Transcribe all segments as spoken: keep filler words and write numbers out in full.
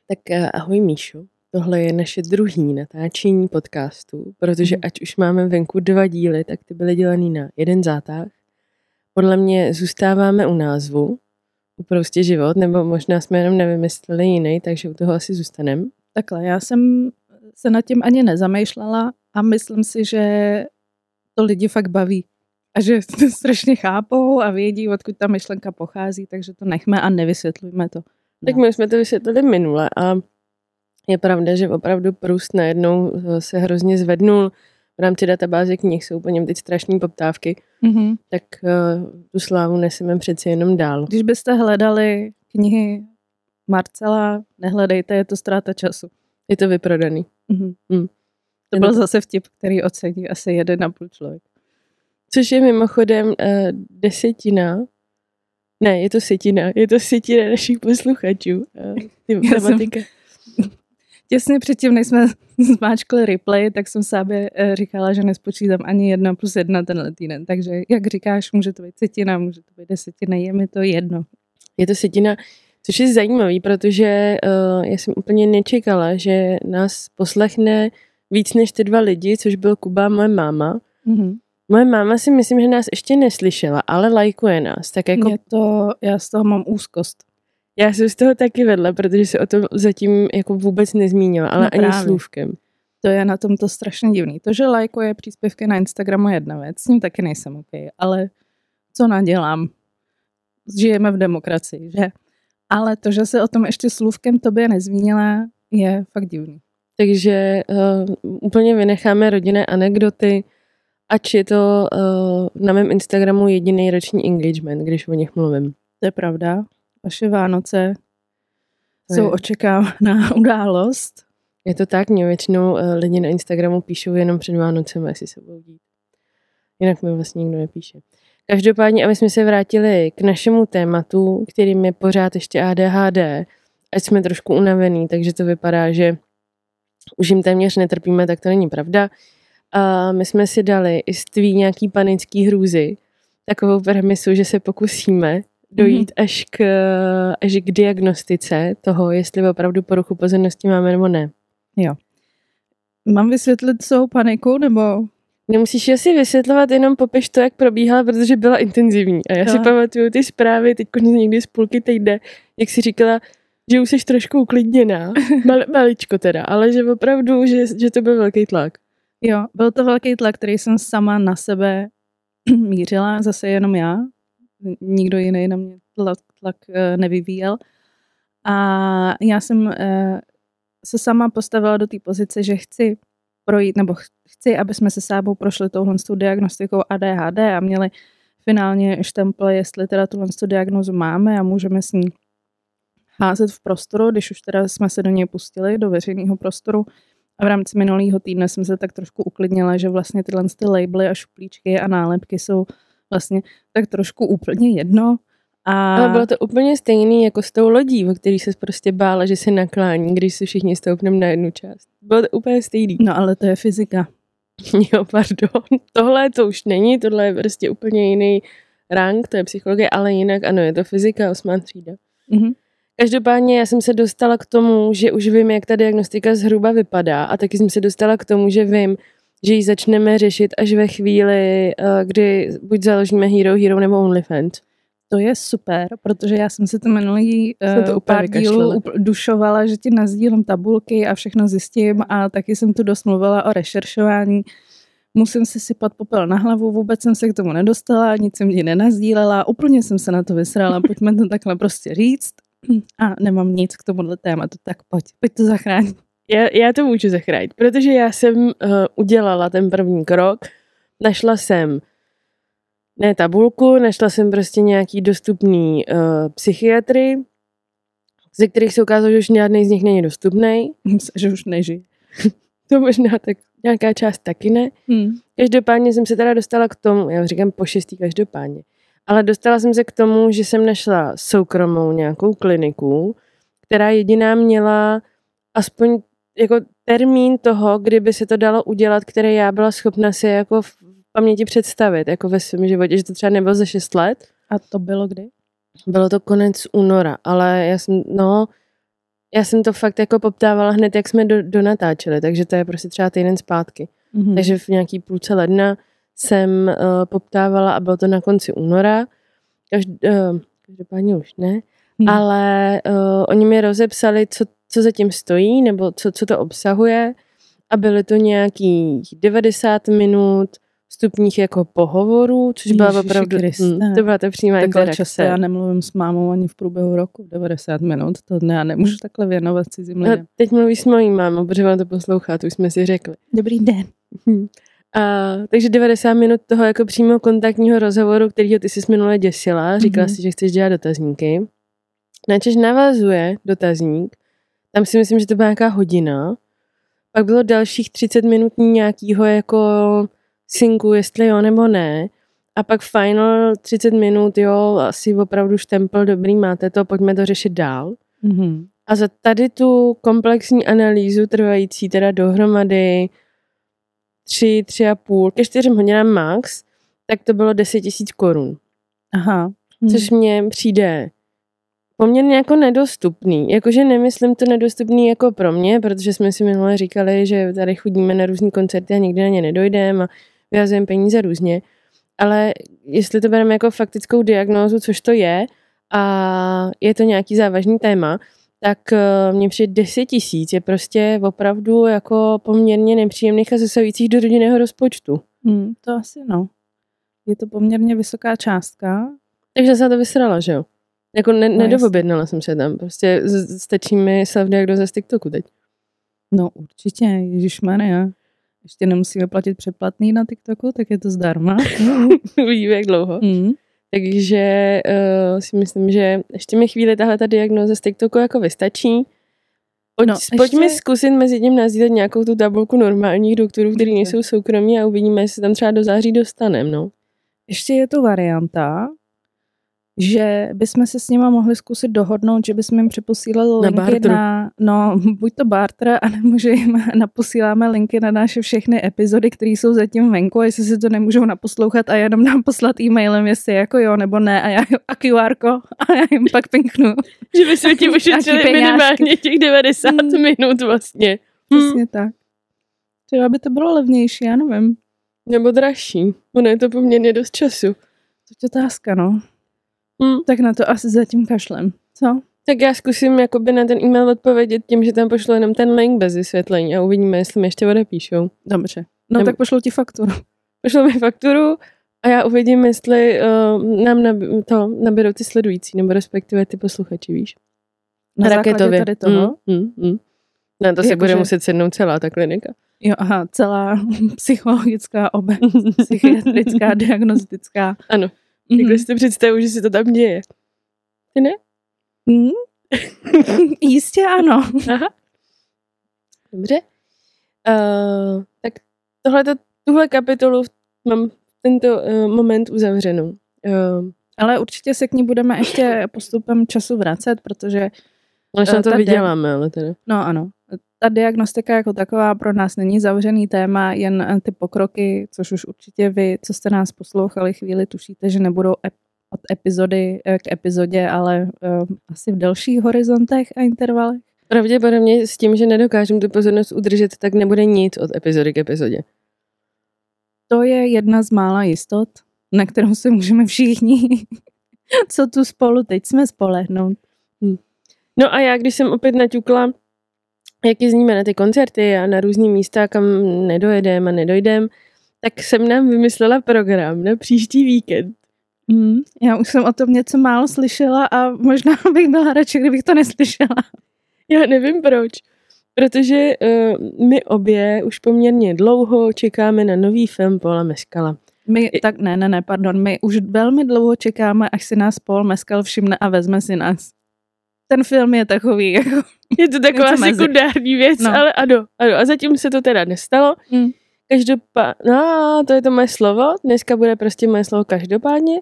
Tak ahoj Míšo, tohle je naše druhý natáčení podcastu, protože mm. ať už máme venku dva díly, tak ty byly dělaný na jeden zátah. Podle mě zůstáváme u názvu, u Prostě život, nebo možná jsme jenom nevymysleli jiný, takže u toho asi zůstaneme. Takhle, já jsem se nad tím ani nezamýšlela a myslím si, že to lidi fakt baví. A že to strašně chápou a vědí, odkud ta myšlenka pochází, takže to nechme a nevysvětlujme to. No. Tak my jsme to vysvětlili minule a je pravda, že opravdu Proust najednou se hrozně zvednul. V rámci databáze knih jsou po něm teď strašné poptávky, mm-hmm. tak uh, tu slávu neseme přeci jenom dál. Když byste hledali knihy Marcela, nehledejte, je to ztráta času. Je to vyprodaný. Mm-hmm. Mm. To byl zase vtip, který ocení asi jeden a půl člověk. Což je mimochodem uh, desetina, ne, je to setina, je to setina našich posluchačů. Uh, tematika. Těsně předtím, než jsme zmáčkli replay, tak jsem sábě říkala, že nespočítám ani jedna plus jedna tenhle týden. Takže jak říkáš, může to být setina, může to být desetina, je mi to jedno. Je to setina, což je zajímavý, protože uh, já jsem úplně nečekala, že nás poslechne víc než ty dva lidi, což byl Kuba a moje máma. Mm-hmm. Moje máma si myslím, že nás ještě neslyšela, ale lajkuje nás. Tak jako... Mě to, já z toho mám úzkost. Já jsem z toho taky vedla, protože se o tom zatím jako vůbec nezmínila, ale no ani slůvkem. To je na tom to strašně divný. To, že lajkuje příspěvky na Instagramu je jedna věc, s ním taky nejsem OK, ale co nadělám? Žijeme v demokracii, že? Ale to, že se o tom ještě slůvkem tobě nezmínila, je fakt divný. Takže uh, úplně vynecháme rodinné anekdoty, ač je to uh, na mém Instagramu jediný roční engagement, když o nich mluvím. To je pravda. Vaše Vánoce to jsou je. očekávaná událost. Je to tak, mě většinou uh, lidi na Instagramu píšou jenom před Vánocem, jestli se budou dít. Jinak mi vlastně nikdo nepíše. Každopádně, aby jsme se vrátili k našemu tématu, kterým je pořád ještě A D H D, ať jsme trošku unavený, takže to vypadá, že už jim téměř netrpíme, tak to není pravda. A my jsme si dali i z tvý nějaký panický hrůzy, takovou premisu, že se pokusíme dojít mm-hmm. až, k, až k diagnostice toho, jestli opravdu poruchu pozornosti máme nebo ne. Jo. Mám vysvětlit svou paniku, nebo... Nemusíš asi vysvětlovat, jenom popiš to, jak probíhala, protože byla intenzivní. A já jo. si pamatuju ty zprávy, teď někdy z půlky týdne, jak jsi říkala, že už jsi trošku uklidněná, Mal, maličko teda, ale že opravdu, že, že to byl velký tlak. Jo, byl to velký tlak, který jsem sama na sebe mířila, zase jenom já. Nikdo jiný na mě tlak, tlak nevyvíjel. A já jsem se sama postavila do té pozice, že chci projít, nebo chci, aby jsme se sábou prošli touhle diagnostikou A D H D a měli finálně štemple, jestli teda tuhle diagnozu máme a můžeme s ní házet v prostoru, když už teda jsme se do něj pustili, do veřejného prostoru. A v rámci minulého týdne jsem se tak trošku uklidnila, že vlastně tyhle ty labely a šuplíčky a nálepky jsou vlastně tak trošku úplně jedno. A... Ale bylo to úplně stejný jako s tou lodí, o který se prostě bála, že se naklání, když se všichni stoupneme na jednu část. Bylo to úplně stejný. No ale to je fyzika. Jo, pardon. Tohle to už není, tohle je prostě úplně jiný rank, to je psychologie, ale jinak ano, je to fyzika, osmá třída. Mm-hmm. Každopádně já jsem se dostala k tomu, že už vím, jak ta diagnostika zhruba vypadá a taky jsem se dostala k tomu, že vím, že ji začneme řešit až ve chvíli, kdy buď založíme Hero Hero nebo OnlyFans. To je super, protože já jsem si to minulý uh, pár dílů dušovala, že ti nazdílím tabulky a všechno zjistím a taky jsem tu dost mluvila o rešeršování. Musím si sypat popel na hlavu, vůbec jsem se k tomu nedostala, nic jsem ti nenazdílela, úplně jsem se na to vysrala, pojďme to takhle prostě říct. A nemám nic k tomuhle tématu, tak pojď, pojď to zachránit. Já, já to můžu zachránit, protože já jsem uh, udělala ten první krok, našla jsem ne tabulku, našla jsem prostě nějaký dostupný uh, psychiatry, ze kterých se ukázalo, že už žádný z nich není dostupný. Že už nežijí. To možná tak nějaká část taky ne. Hmm. Každopádně jsem se teda dostala k tomu, já říkám po šestý každopádně, ale dostala jsem se k tomu, že jsem našla soukromou nějakou kliniku, která jediná měla aspoň jako termín toho, kdyby se to dalo udělat, který já byla schopna si jako v paměti představit, jako ve svém životě, že to třeba nebylo za šest let. A to bylo kdy? Bylo to konec února, ale já jsem, no, já jsem to fakt jako poptávala hned, jak jsme do, do natáčeli, takže to je prostě třeba týden zpátky. Mm-hmm. Takže v nějaký půlce ledna jsem uh, poptávala a bylo to na konci února. Každ, uh, každopádně už ne. Hmm. Ale uh, oni mi rozepsali, co, co za tím stojí, nebo co, co to obsahuje. A byly to nějakých devadesát minut vstupních jako pohovorů, což byla Ježiši opravdu, hm, to byla ta přímá interakce. Často já nemluvím s mámou ani v průběhu roku, devadesát minut, to já nemůžu takhle věnovat cizím lidem. No, teď mluvíš s mojí mámou, protože ona to poslouchá, to už jsme si řekli. Dobrý den. Hm. A, takže devadesát minut toho jako přímo kontaktního rozhovoru, kterýho ty jsi minule děsila, říkala mm-hmm. si, že chceš dělat dotazníky. Načež navazuje dotazník, tam si myslím, že to byla nějaká hodina, pak bylo dalších třicet minut nějakýho jako synku, jestli jo nebo ne, a pak final třicet minut, jo, asi opravdu štempel, dobrý, máte to, pojďme to řešit dál. Mm-hmm. A za tady tu komplexní analýzu trvající teda dohromady tři, tři a půl, ke čtyřem hodinám max, tak to bylo deset tisíc korun. Aha. Hmm. Což mně přijde poměrně jako nedostupný. Jakože nemyslím to nedostupný jako pro mě, protože jsme si minule říkali, že tady chodíme na různý koncerty a nikdy na ně nedojdeme a vyhazujeme peníze různě. Ale jestli to bereme jako faktickou diagnózu, což to je, a je to nějaký závažný téma, tak mně přijde deset tisíc je prostě opravdu jako poměrně nepříjemných a zasahujících do rodinného rozpočtu. Hmm, to asi no. Je to poměrně vysoká částka. Takže se to vysrala, že jo? Jako ne, no, nedovobjednala jsem se tam. Prostě stačí mi self-diagnoza z TikToku teď. No určitě, ježišmarja. Ještě nemusíme platit předplatný na TikToku, tak je to zdarma. Víme, jak dlouho. Mm. Takže uh, si myslím, že ještě mi chvíli tahle ta diagnóza z TikToku jako vystačí. Pojď, no, pojďme ještě... zkusit mezi tím nazdílet nějakou tu tabulku normálních doktorů, který nejsou soukromí a uvidíme, jestli tam třeba do září dostaneme. No. Ještě je tu varianta, že bychom se s nima mohli zkusit dohodnout, že bychom jim přeposílali linky bartru. na, no buď to barter, anebo že jim naposíláme linky na naše všechny epizody, které jsou zatím venku, a jestli si to nemůžou naposlouchat a jenom nám poslat e-mailem, jestli jako jo nebo ne, a já a Q R ko a já jim pak pinknu. Že by se ti ušetřili minimálně těch devadesát hmm. minut vlastně. Přesně hmm. tak. Třeba by to bylo levnější, já nevím. Nebo dražší. Ono je to poměrně dost času. To je otázka, no. Hmm. Tak na to asi zatím kašlem. Co? Tak já zkusím jakoby na ten e-mail odpovědět tím, že tam pošlu jenom ten link bez vysvětlení a uvidíme, jestli mi ještě odepíšou. Dobře. No Nebo... tak pošlu ti fakturu. Pošlu mi fakturu a já uvidím, jestli uh, nám nab- to nabídou ty sledující, nebo respektive ty posluchači, víš. Na základě tady toho? Mm, mm, mm. Na to se bude že... muset sednout celá ta klinika. Jo, aha, celá psychologická obec, psychiatrická, diagnostická. Ano. Mm-hmm. Takhle si to představu, že se to tam děje. Ty ne? Mm. Jistě ano. Aha. Dobře. Uh, tak tohleto, tuhle kapitolu mám tento uh, moment uzavřenou. Uh, ale určitě se k ní budeme ještě postupem času vracet, protože... Až na to vyděláme, ale teda. No ano. Ta diagnostika jako taková pro nás není zavřený téma, jen ty pokroky, což už určitě vy, co jste nás poslouchali chvíli, tušíte, že nebudou ep- od epizody k epizodě, ale uh, asi v delších horizontech a intervalech. Pravděpodobně s tím, že nedokážeme tu pozornost udržet, tak nebude nic od epizody k epizodě. To je jedna z mála jistot, na kterou se můžeme všichni, co tu spolu teď jsme, spolehnout. Hm. No a já, když jsem opět naťukla, jak jezdíme na ty koncerty a na různý místa, kam nedojedeme a nedojdeme, tak jsem nám vymyslela program na příští víkend. Mm, já už jsem o tom něco málo slyšela a možná bych byla radši, kdybych to neslyšela. Já nevím proč, protože uh, my obě už poměrně dlouho čekáme na nový film Paula Mescala. My, tak ne, ne, ne, pardon, my už velmi dlouho čekáme, až si nás Paul Mescal všimne a vezme si nás. Ten film je takový, jako... Je to taková sekundární věc, no. ale ano, ano. A zatím se to teda nestalo. Mm. Každopádně, no, to je to moje slovo. Dneska bude prostě moje slovo každopádně.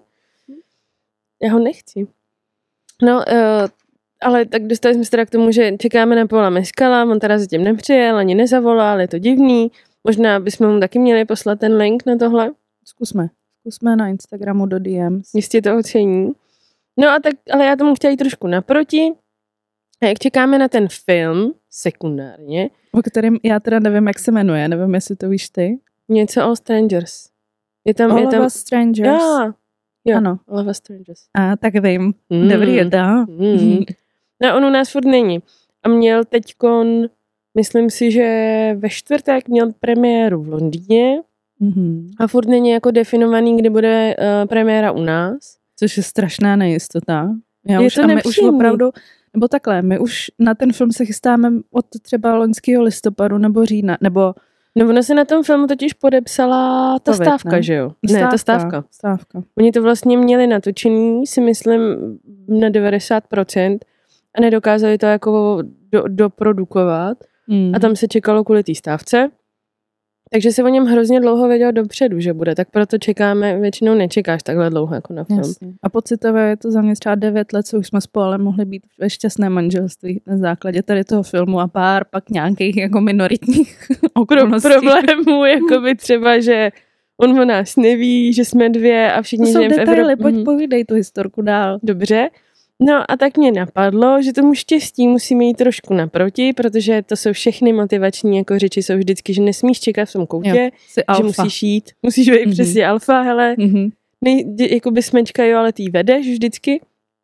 Já ho nechci. No, uh, ale tak dostali jsme se teda k tomu, že čekáme na Paula Mescala, on teda zatím nepřijel, ani nezavolal, je to divný. Možná bychom mu taky měli poslat ten link na tohle. Zkusme. Zkusme na Instagramu do D Ms. Jistě to ocení. No a tak, ale já tomu chtěla jít trošku naproti. A jak čekáme na ten film, sekundárně. O kterém já teda nevím, jak se jmenuje, nevím, jestli to víš ty. Něco All Strangers. Je tam, All je tam... of Us Strangers. Já, jo, ano. All of Us Strangers. A tak vím. Mm. Dobrý je to. Mm. No on u nás furt není. A měl teďkon, myslím si, že ve čtvrtek měl premiéru v Londýně Mm-hmm. a furt není jako definovaný, kdy bude uh, premiéra u nás. Což je strašná nejistota. Já Je už, to a my už nepříjemný. opravdu, nebo takhle, my už na ten film se chystáme od třeba loňského listopadu nebo října, nebo No ono se na tom filmu totiž podepsala ta Covid, stávka, ne? že jo? Ne, ta stávka. Stávka. Oni to vlastně měli natočený, si myslím, na devadesát procent a nedokázali to jako do, doprodukovat. Mm. A tam se čekalo kvůli té stávce. Takže se o něm hrozně dlouho vědělo dopředu, že bude. Tak proto čekáme, většinou nečekáš takhle dlouho jako na film. Jasně. A pocitově je to za mě třeba devět let, co už jsme spolu, ale mohli být ve šťastném manželství na základě tady toho filmu a pár pak nějakých jako minoritních okolností. Problémů, jako by třeba, že on o nás neví, že jsme dvě a všichni To jsou žijeme v detaily, Evropě. pojď povídej tu historku dál. Dobře. No a tak mě napadlo, že tomu štěstí musíme jít trošku naproti, protože to jsou všechny motivační jako řeči, jsou vždycky, že nesmíš čekat v tom koutě, Jo, jsi že alfa. musíš jít, musíš být Mhm. přesně alfa, hele, Mhm. nej, jakoby smečka, jo, ale ty vedeš vždycky.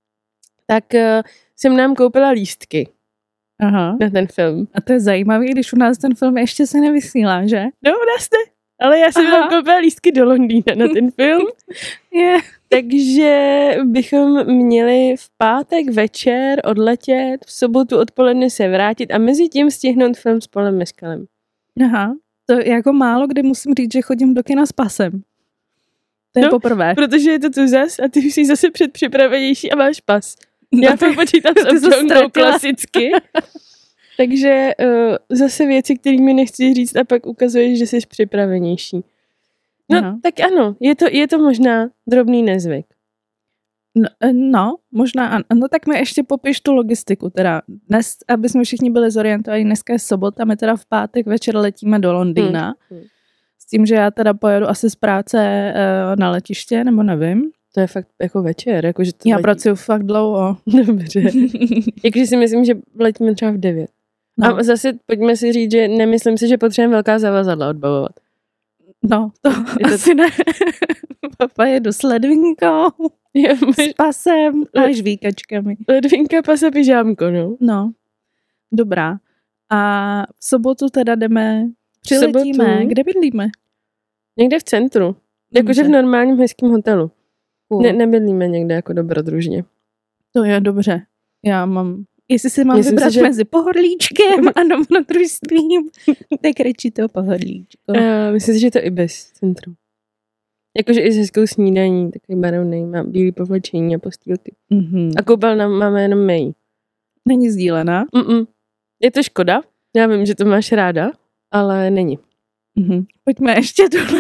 Tak uh, jsem nám koupila lístky Aha. na ten film. A to je zajímavé, když u nás ten film ještě se nevysílá, že? No, u nás ne. Ale já jsem Aha. nám koupila lístky do Londýna na ten film. Je. Takže bychom měli v pátek večer odletět, v sobotu odpoledne se vrátit a mezi tím stihnout film s Polem Mescalem. Aha. To jako málo kdy musím říct, že chodím do kina s pasem. To je No, poprvé. Protože je to tu zas a ty už jsi zase předpřipravenější a máš pas. No Já to počítám s ty jsi občankou ztratila. klasicky. Takže uh, zase věci, které mi nechci říct a pak ukazuješ, že jsi připravenější. No, Aha. tak ano, je to, je to možná drobný nezvyk. No, no, možná ano. No tak mi ještě popiš tu logistiku. Teda dnes, aby jsme všichni byli zorientovaní, dneska je sobota, my teda v pátek večer letíme do Londýna. Hmm. Hmm. S tím, že já teda pojedu asi z práce uh, na letiště, nebo nevím. To je fakt jako večer. Jako, že to Já letí. pracuji fakt dlouho. Dobře. Jakože si myslím, že letíme třeba v devět. No. A zase pojďme si říct, že nemyslím si, že potřebujeme velká zavazadla odbavovat. No, to, Je to- asi ne. Papa jedu s ledvinkou, s pasem a žvíkačkami. Ledvinka, pasa, pyžámko, no. No, dobrá. A v sobotu teda jdeme, přiletíme. sobotu? Kde bydlíme? Někde v centru. Jakože v Dobře. normálním hezkým hotelu. Cool. Ne, nebydlíme někde jako dobrodružně. To je dobře. Já mám, jestli si mám Myslím si, vybrat že- mezi pohodlíčkem a dobrodružstvím, tak radši to pohodlíčko. Uh, myslím si, že to i bez centru. Jakože i s hezkou snídaní, takový barevný, má bílý povlečení a postýlky. Mhm. A koupelna máme jenom my. Není sdílená. Mm-mm. Je to škoda. Já vím, že to máš ráda, ale není. Mhm. Pojďme ještě tuhle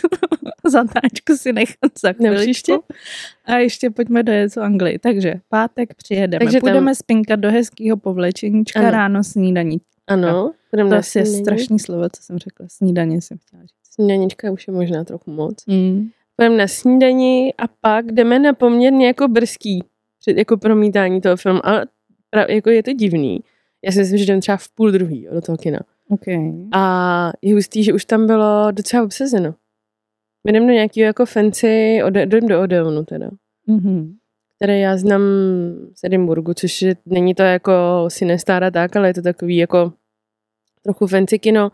zatáčku si nechat za Na chviličku. příště? A ještě pojďme dojet do Anglii. Takže pátek přijedeme. Takže Takže tam- Půjdeme spinkat do hezkého povlečeníčka, Ano. ráno snídaní. Ano. Budeme To na asi je snídani. strašný slovo, co jsem řekla. Snídaně jsem chtěla říct. Snídanička už je možná trochu moc. Mm. Půjdeme na snídani a pak jdeme na poměrně jako brzký před jako promítání toho filmu. Ale pra, jako je to divný. Já si myslím, že jdeme třeba v půl druhý jo, do toho kina. Okay. A je hustý, že už tam bylo docela obsazeno. My jdeme do nějakého jako fancy, ode, jdeme do Odeonu teda, Mm-hmm. které já znám z Edinburgu, což je, není to jako Sinestára tak, ale je to takový jako trochu fancy kino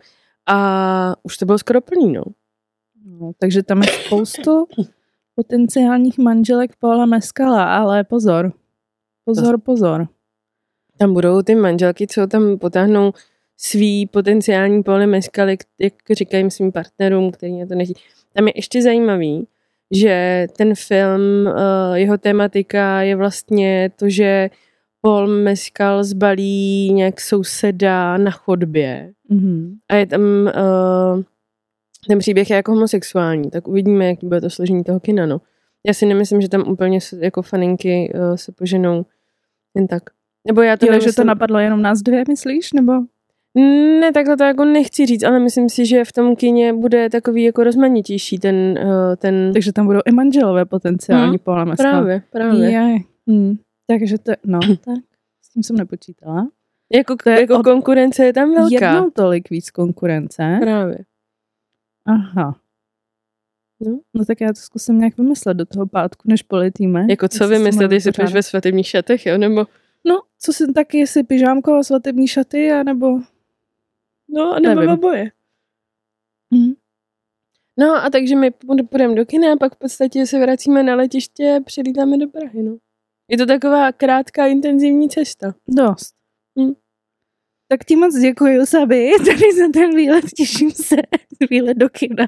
a už to bylo skoro plný, no. No, takže tam je spoustu potenciálních manželek Paula Mescala, ale pozor. Pozor, pozor. Tam budou ty manželky, co tam potáhnou svý potenciální Pauli Mescaly, jak říkají svým partnerům, který na to nechtí. Tam je ještě zajímavý, že ten film, jeho tematika je vlastně to, že Paul Mescal zbalí nějak souseda na chodbě Mm-hmm. a je tam uh, ten příběh je jako homosexuální, tak uvidíme, jaký bude to složení toho kina, no. Já si nemyslím, že tam úplně jako faninky uh, se poženou jen tak. Nebo já to Jo, nemyslím, že to napadlo jenom nás dvě, myslíš? Nebo? Ne, takhle to jako nechci říct, ale myslím si, že v tom kině bude takový jako rozmanitější ten, uh, ten... Takže tam budou i manželové potenciální Hmm, Paula Mescala. Právě, právě. Je. Hmm. Takže to, no, tak. S tím jsem nepočítala. Jako, jako konkurence je tam velká. Jednou tolik víc konkurence. Právě. Aha. No, no tak já to zkusím nějak vymyslet do toho pátku, než poletíme. Jako co vymyslet, jestli půjdeš ve svatebních šatech, jo? Nebo... No, co si taky, jestli pyžámko a svatební šaty, anebo... No, nebo oboje. Hmm. No a takže my půjdeme do kina a pak v podstatě se vracíme na letiště, přilítáme do Prahy, no. Je to taková krátká, intenzivní cesta. Dost. Hm. Tak ti moc děkuju, Sabi, tady za ten výlet, těším se. Výlet do kina.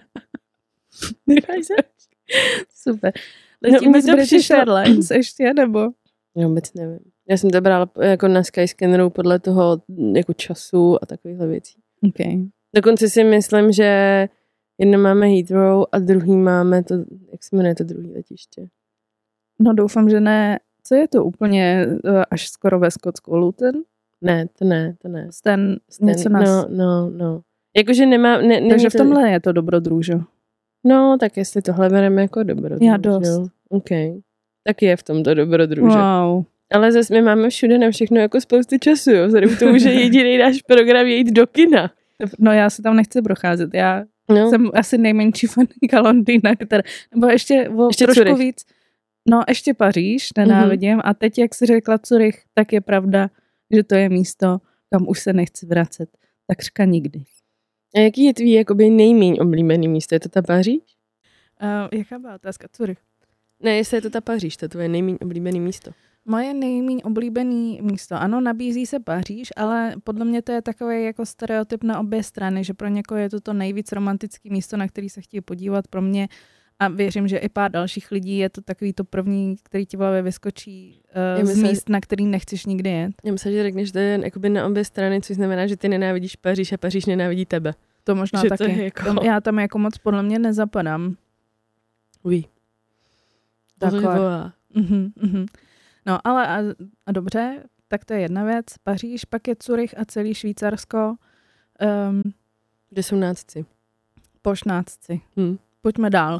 Super. Letíme no, z British Airlines ještě, nebo? Já vůbec nevím. Já jsem to brala jako na Skyscanneru podle toho jako času a takovýchhle věcí. Okay. Dokonce si myslím, že jedno máme Heathrow a druhý máme to, jak se jmenuje to druhý letiště? No doufám, že ne. Co je to úplně až skoro ve Skotsku? Luton? Ne, to ne, to ne. Ten, něco nás... No, no, no. Jakože nemá... Ne, Takže v to... tomhle je to dobrodružo. No, tak jestli tohle bereme jako dobrodruž. Já dost. No. OK. Tak je v tomto dobrodruže. Wow. Ale zase my máme všude na všechno jako spoustu času, jo. Vzhledem k tomu, že jediný náš program je jít do kina. No já se tam nechci procházet. Já no. jsem asi nejmenší faninka Londýna, která... Nebo ještě, o, ještě trošku Curych. víc. No ještě Paříž, nenávidím. Mm-hmm. A teď, jak jsi řekla Curych, tak je pravda, že to je místo, kam už se nechci vracet. Takřka nikdy. A jaký je tvý jakoby nejméně oblíbený místo? Je to ta Paříž? Uh, jaká byla otázka? Curych. Ne, jestli je to ta Paříž, to je tvoje nejméně oblíbený místo. Moje nejméně oblíbený místo. Ano, nabízí se Paříž, ale podle mě to je takový jako stereotyp na obě strany, že pro někoho je to to nejvíc romantické místo, na který se chtějí podívat. Pro mě a věřím, že i pár dalších lidí je to takový to první, který ti v hlavě vyskočí uh, myslím, z míst, na který nechceš nikdy jet. Já myslím, že řekneš, že to je jakoby na obě strany, což znamená, že ty nenávidíš Paříž a Paříž nenávidí tebe. To možná že taky. To jako... Tam, já tam jako moc podle mě nezapadám. Uví. Takhle. Mhm, mhm. No ale a, a dobře, tak to je jedna věc. Paříž, pak je Curych a celý Švýcarsko. Um, Kde jsou nácci? Pošnácci. Hmm. Pojďme dál.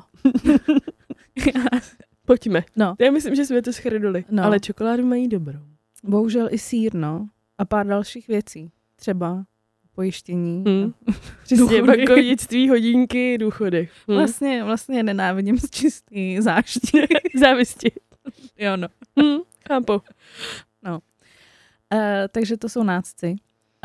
Pojďme. No. Já myslím, že jsme to shrnuli. No. Ale čokoládu mají dobrou. Bohužel i sýr, no. A pár dalších věcí. Třeba pojištění. Hmm. Přesně, bankovnictví, hodinky, důchody. Hmm. Vlastně, vlastně nenávidím z čistý záští. Závisti. Jo, no. Hmm, chápu. No. Uh, takže to jsou nácci.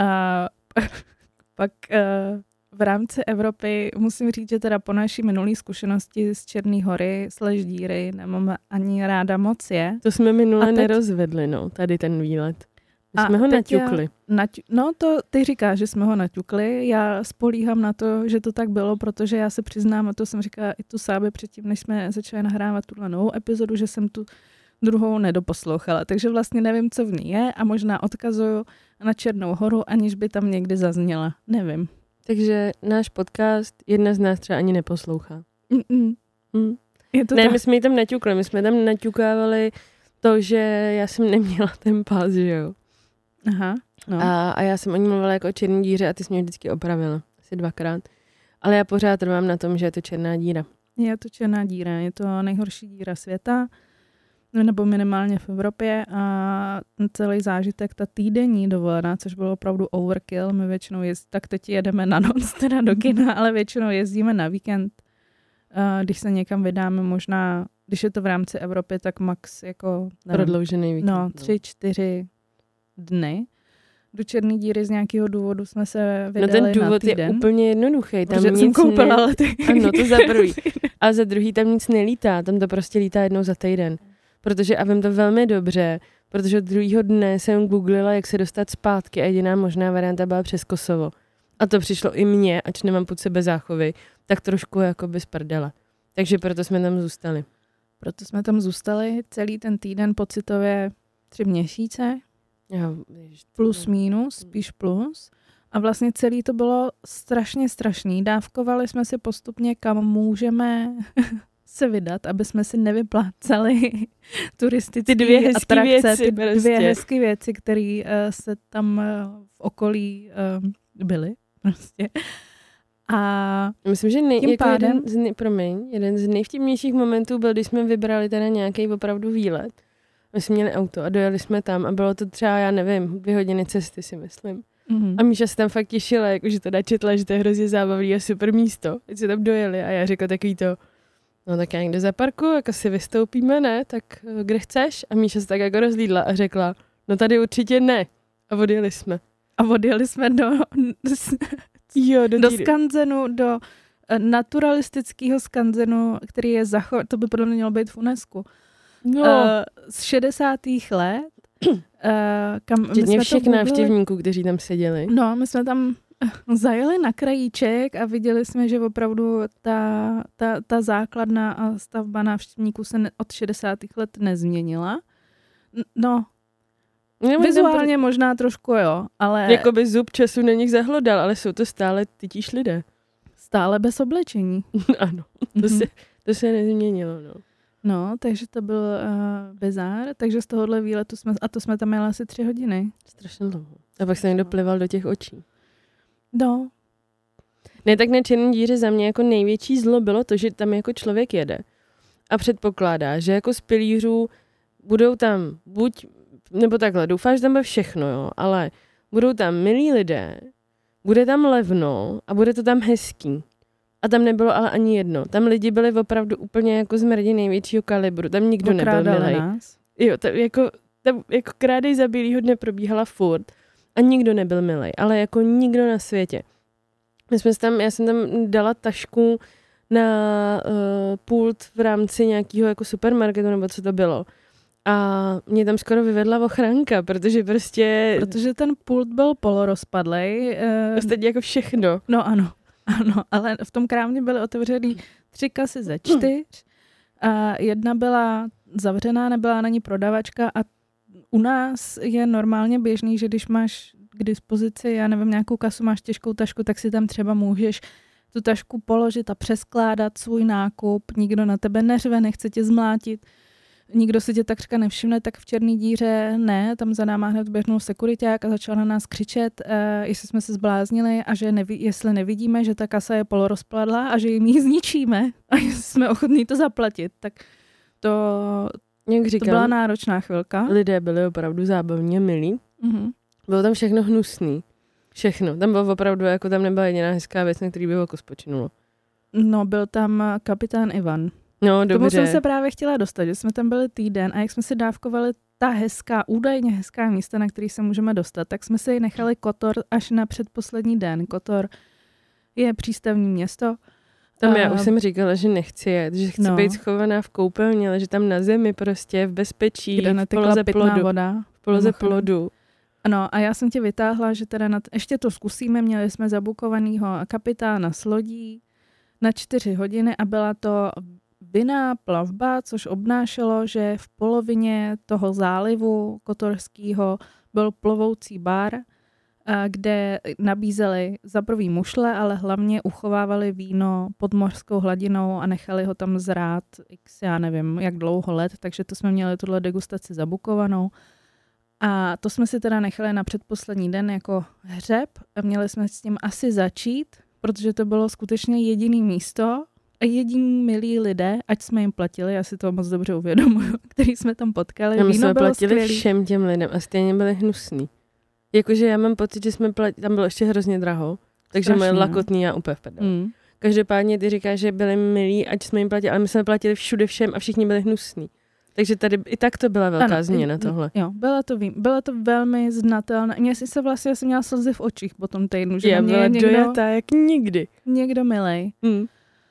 Uh, pak uh, v rámci Evropy musím říct, že teda po naší minulý zkušenosti z Černý hory slash díry nemám ani ráda moc je. To jsme minule teď... nerozvedli, no, tady ten výlet. My jsme ho naťukli. Naťu... No to ty říkáš, že jsme ho naťukli. Já spolíhám na to, že to tak bylo, protože já se přiznám, a to jsem říkala i tu Sábe předtím, než jsme začali nahrávat tuhle novou epizodu, že jsem tu druhou nedoposlouchala. Takže vlastně nevím, co v ní je a možná odkazuju na Černou horu, aniž by tam někdy zazněla. Nevím. Takže náš podcast jedna z nás třeba ani neposlouchá. Mm-mm. Mm. Je to ne, tak? my jsme ji tam naťukli. My jsme tam naťukávali to, že já jsem neměla ten pás, že jo. Aha. No. A, a já jsem o ní mluvila jako o černé díře a ty jsi mě vždycky opravila. Asi dvakrát. Ale já pořád trvám na tom, že je to černá díra. Je to černá díra. Je to nejhorší díra světa. Nebo minimálně v Evropě a celý zážitek, ta týdenní dovolená, což bylo opravdu overkill. My většinou jezdíme, tak teď jedeme na noc teda do kina, ale většinou jezdíme na víkend. Když se někam vydáme, možná, když je to v rámci Evropy, tak max jako... Prodloužený víkend. No, tři, čtyři dny. Do Černé díry z nějakého důvodu jsme se vydali na týden. No ten důvod je úplně jednoduchý. Tam protože nic jsem koupila ne... lety. Ano, to za prvý. A za druhý tam nic nelítá. Tam to prostě lítá jednou za týden. Protože a vím to velmi dobře, protože od druhého dne jsem googlila, jak se dostat zpátky a jediná možná varianta byla přes Kosovo. A to přišlo i mně, ač nemám pod sebe záchovy, tak trošku jakoby z prdele. Takže proto jsme tam zůstali. Proto jsme tam zůstali celý ten týden pocitově tři měsíce. Já, jež, plus minus, spíš plus. A vlastně celý to bylo strašně strašný. Dávkovali jsme si postupně, kam můžeme se vydat, aby jsme si nevyplácali turistické ty dvě hezké atrakce, věci, ty prostě. dvě hezké věci, které uh, se tam uh, v okolí uh, byly. Prostě. A myslím, že nej, tím jako pádem... jeden, z nej, promiň, jeden z nejvtipnějších momentů byl, když jsme vybrali teda nějaký opravdu výlet. My jsme měli auto a dojeli jsme tam a bylo to třeba, já nevím, dvě hodiny cesty si myslím. Mm-hmm. A Míša se tam fakt těšila, jakože teda četla, že to je hrozně zábavný a super místo. Teď se tam dojeli a já řekla takový to, no tak já někde zaparkuju, jako si vystoupíme, ne, tak kde chceš? A Míša se tak jako rozlídla a řekla, no tady určitě ne. A odjeli jsme. A odjeli jsme do, jo, do, do skanzenu, do naturalistického skanzenu, který je zachovat, to by podle mě mělo být v UNESCO. No. Uh, z šedesátých let. Uh, kam Včetně všech návštěvníků, kteří tam seděli. No, my jsme tam zajeli na krajíček a viděli jsme, že opravdu ta, ta, ta základna a stavba návštěvníků se ne, od šedesátých let nezměnila. No, no vizuálně pro... možná trošku jo, ale... Jakoby zub času na nich zahlodal, ale jsou to stále tytíž lidé. Stále bez oblečení. Ano, to, mm-hmm. se, to se nezměnilo, no. No, takže to byl uh, bizár, takže z tohohle výletu jsme, a to jsme tam měli asi tři hodiny. Strašně dlouho. A pak se někdo plival do těch očí. No. Ne, tak na Černé díře za mě jako největší zlo bylo to, že tam jako člověk jede a předpokládá, že jako z pilířů budou tam buď, nebo takhle, doufáš, že tam bude všechno, jo, ale budou tam milí lidé, bude tam levno a bude to tam hezký. A tam nebylo ale ani jedno. Tam lidi byli opravdu úplně jako zmrdí největšího kalibru. Tam nikdo Okrádali nebyl milej. Nás. Jo, tam jako, tam jako krádej za bílýho dne probíhala furt a nikdo nebyl milej, ale jako nikdo na světě. My jsme tam, já jsem tam dala tašku na uh, pult v rámci nějakého jako supermarketu, nebo co to bylo. A mě tam skoro vyvedla ochránka, protože prostě... Protože ten pult byl polorozpadlej. Uh, Ostatně jako všechno. No ano. Ano, ale v tom krámě byly otevřený tři kasy ze čtyř. A jedna byla zavřená, nebyla na ní prodavačka a u nás je normálně běžný, že když máš k dispozici, já nevím, nějakou kasu, máš těžkou tašku, tak si tam třeba můžeš tu tašku položit a přeskládat svůj nákup. Nikdo na tebe neřve, nechce tě zmlátit. Nikdo si tě takřka nevšimne, tak v Černé díře ne, tam za náma hned běhnul sekuriťák a začal na nás křičet, uh, jestli jsme se zbláznili a že nevi, jestli nevidíme, že ta kasa je polorozpadlá a že jim ji zničíme a jestli jsme ochotní to zaplatit, tak to, jak říkám, to byla náročná chvilka. Lidé byli opravdu zábavně milí. Mm-hmm. Bylo tam všechno hnusný. Všechno. Tam bylo opravdu, jako tam nebyla jediná hezká věc, na který by oko spočinulo. No, byl tam kapitán Ivan. No, dobře. Tomu jsem se právě chtěla dostat, že jsme tam byli týden a jak jsme si dávkovali ta hezká, údajně hezká místa, na který se můžeme dostat, tak jsme si nechali Kotor až na předposlední den. Kotor je přístavní město. Tam já už jsem říkala, že nechci jet, že chci no. být schovaná v koupelně, ale že tam na zemi prostě v bezpečí, kde v poloze plodu. Voda, v poloze plodu. No a já jsem tě vytáhla, že teda na t- ještě to zkusíme, měli jsme zabukovanýho kapitána s lodí na čtyři hodiny a byla to vinná plavba, což obnášelo, že v polovině toho zálivu kotorského byl plovoucí bar, kde nabízeli za prvý mušle, ale hlavně uchovávali víno pod mořskou hladinou a nechali ho tam zrát x, já nevím, jak dlouho let, takže to jsme měli tuhle degustaci zabukovanou. A to jsme si teda nechali na předposlední den jako hřeb a měli jsme s tím asi začít, protože to bylo skutečně jediný místo a jediní milí lidé, ať jsme jim platili, já si to moc dobře uvědomuji, který jsme tam potkali. A my Víno jsme bylo platili skvělý. Všem těm lidem a stejně byli hnusný. Jakože já mám pocit, že jsme platili, tam bylo ještě hrozně draho, takže Strašně, moje no. lakotný já úplně v prdeli. Mm. Každopádně ty říkáš, že byli milí, ať jsme jim platili, ale my jsme platili všude všem a všichni byli hnusní. Takže tady i tak to byla velká ano, změna tohle. Jo, byla to, vím, byla to velmi znatelná. Mně si se vlastně, já jsem měla slzy v očích po tom týdnu, že já mě byla někdo, dojatá jak nikdy. Někdo milej. Mm.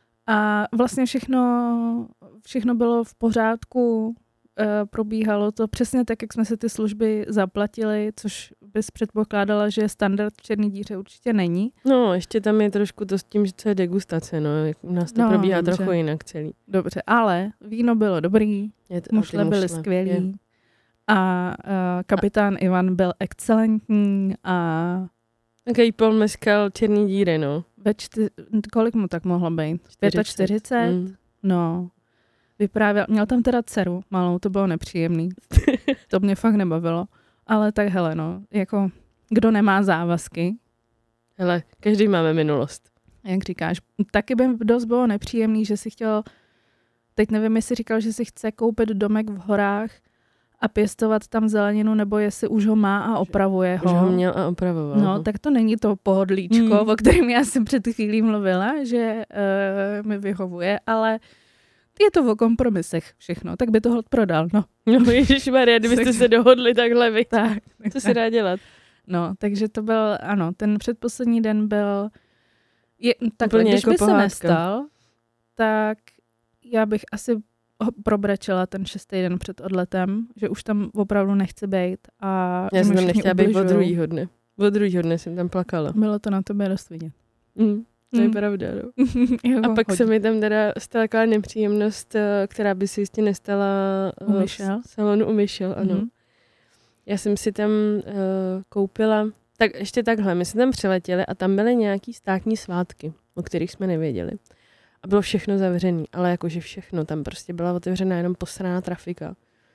A vlastně všechno, všechno bylo v pořádku, e, probíhalo to přesně tak, jak jsme si ty služby zaplatili, což bys předpokládala, že standard v Černé díře určitě není. No, ještě tam je trošku to s tím, že to je degustace, no, u nás to no, probíhá dobře. trochu jinak celý. Dobře, ale víno bylo dobrý, je to, mušle byly skvělý je. a, a kapitán Ivan byl excelentní a... Takový pol meskal Černý díry, no. Ve čty... Kolik mu tak mohlo být? čtyřicet pět? Mm. No. Vyprávěl, měl tam teda dceru malou, to bylo nepříjemný. To mě fakt nebavilo. Ale tak hele, no, jako kdo nemá závazky. Hele, každý máme minulost. Jak říkáš, taky by dost bylo nepříjemný, že si chtěl, teď nevím, jestli říkal, že si chce koupit domek v horách a pěstovat tam zeleninu, nebo jestli už ho má a opravuje ho. Už ho měl a opravoval. No, tak to není to pohodlíčko, hmm. o kterém já jsem před chvílí mluvila, že uh, mi vyhovuje, ale je to o kompromisech všechno, tak by to hod prodal, no. No ježišmarja, kdybyste se dohodli takhle, vy. Tak. Co se dá dělat? No, takže to byl, ano, ten předposlední den byl, je, takhle, když jako by pohádka. se nestal, tak já bych asi ho probračila ten šestý den před odletem, že už tam opravdu nechci být. A já jsem tam všichni nechtěla být od ubližujou. druhýho dne. Od druhýho dne jsem tam plakala. Bylo to na tobě dost vidět. Mm, to je Mm. pravda, no. Jako A pak hodně. se mi tam teda stala taková nepříjemnost, eh, která by si jistě nestala eh, U Michelle? v salonu u Michelle, ano. Mhm. Já jsem si tam uh, koupila, tak ještě takhle, my jsme tam přiletěli a tam byly nějaký státní svátky, o kterých jsme nevěděli. A bylo všechno zavřené, ale jakože všechno, tam prostě byla otevřená jenom posraná trafika.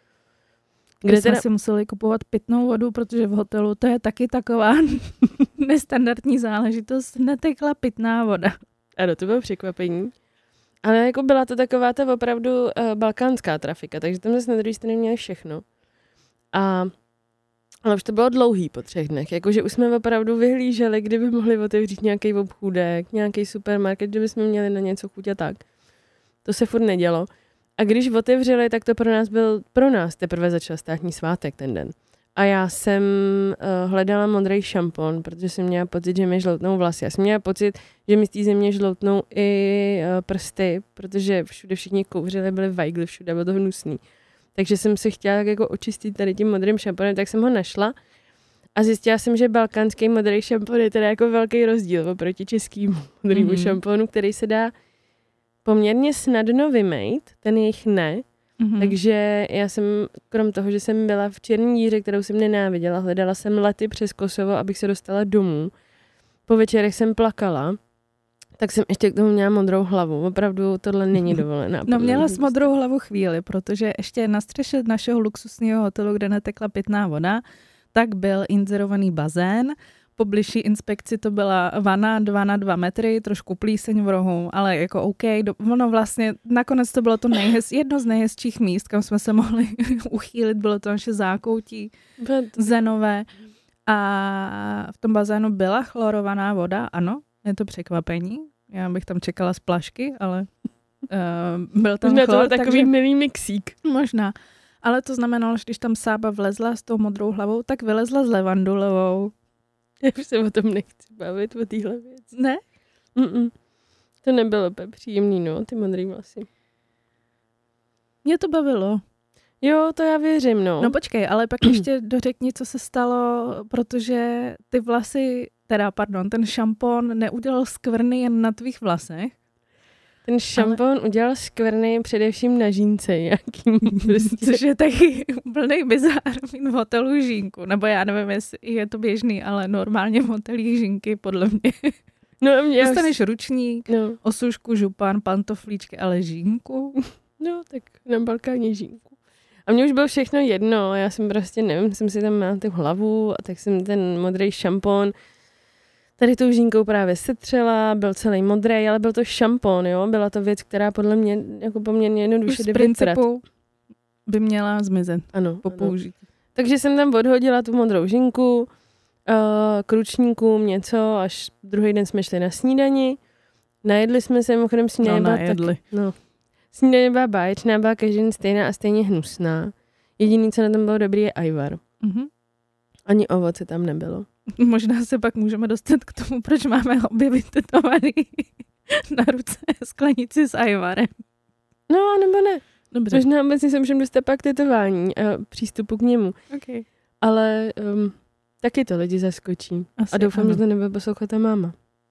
Kde jsme teda... si museli kupovat pitnou vodu, protože v hotelu to je taky taková nestandardní záležitost. Netekla pitná voda. Ano, to bylo překvapení. Ale jako byla to taková ta opravdu uh, balkánská trafika, takže tam zase na druhé straně měli všechno. A ale už to bylo dlouhý po třech dnech, jakože už jsme opravdu vyhlíželi, kdyby mohli otevřít nějaký obchůdek, nějaký supermarket, kdyby jsme měli na něco chuť a tak. To se furt nedělo. A když otevřeli, tak to pro nás byl, pro nás teprve začal státní svátek ten den. A já jsem uh, hledala modrý šampon, protože jsem měla pocit, že mi žloutnou vlasy. Já jsem měla pocit, že mi z té země žloutnou i uh, prsty, protože všude všichni kouřili, byly vajgly, všude bylo to hnusný. Takže jsem si chtěla tak jako očistit tady tím modrým šamponem, tak jsem ho našla a zjistila jsem, že balkánský modrý šampon je teda jako velký rozdíl oproti českým modrýmu mm-hmm. šamponu, který se dá poměrně snadno vymejt, ten jejich ne. Mm-hmm. Takže já jsem, krom toho, že jsem byla v černé díře, kterou jsem nenáviděla, hledala jsem lety přes Kosovo, abych se dostala domů. Po večerech jsem plakala, tak jsem ještě k tomu měla modrou hlavu. Opravdu tohle není dovolená. No měla jsi modrou hlavu chvíli, protože ještě na střeše našeho luxusního hotelu, kde netekla pitná voda, tak byl inzerovaný bazén. Po bližší inspekci to byla vana dva na dva metry, trošku plíseň v rohu, ale jako OK. Do, ono vlastně, nakonec to bylo to nejhez, jedno z nejhezčích míst, kam jsme se mohli uchýlit, bylo to naše zákoutí zenové. A v tom bazénu byla chlorovaná voda, ano, je to překvapení. Já bych tam čekala z plašky, ale uh, byl tam možná chlor. To byl takový takže, milý mixík. Možná. Ale to znamenalo, že když tam Sába vlezla s tou modrou hlavou, tak vylezla s levandulovou. Já už se o tom nechci bavit, o téhle věci. Ne? Mm-mm. To nebylo příjemný, no, ty modrý vlasy. Mě to bavilo. Jo, to já věřím, no. No počkej, ale pak ještě dořekni, co se stalo, protože ty vlasy, teda pardon, ten šampon neudělal skvrny jen na tvých vlasech. Ten šampon ale... udělal skvrny především na žínce nějakým. Prostě. Což je taky úplnej bizár v hotelu žínku. Nebo já nevím, jestli je to běžný, ale normálně v hotelích žínky podle mě. No a mě dostaneš už... ručník, no. osušku, župan, pantoflíčky, ale žínku. No tak na Balkáně žínku. A mně už bylo všechno jedno, já jsem prostě, nevím, jsem si tam měla tu hlavu a tak jsem ten modrý šampon tady tou žínkou právě setřela, byl celý modrý, ale byl to šampon, jo, byla to věc, která podle mě jako poměrně jednoduše jde principu by měla zmizet. Ano, po použití. Ano. Takže jsem tam odhodila tu modrou žinku, uh, k ručníkům něco, až druhý den jsme šli na snídani, najedli jsme se, mimochodem snídaně no, byla najedli. Tak, no, snídaně byla báječná, byla každý den stejná a stejně hnusná. Jediný, co na tom bylo dobrý, je ajvar. Mm-hmm. Ani ovoce tam nebylo. Možná se pak můžeme dostat k tomu, proč máme obě vytetovaný na ruce sklenici s ajvarem. No, nebo ne. Dobře. Možná obecně se můžeme dostat pak k tetování a přístupu k němu. Okay. Ale um, taky to lidi zaskočí. Asi a doufám, ano. že to nebude poslouchat ta máma.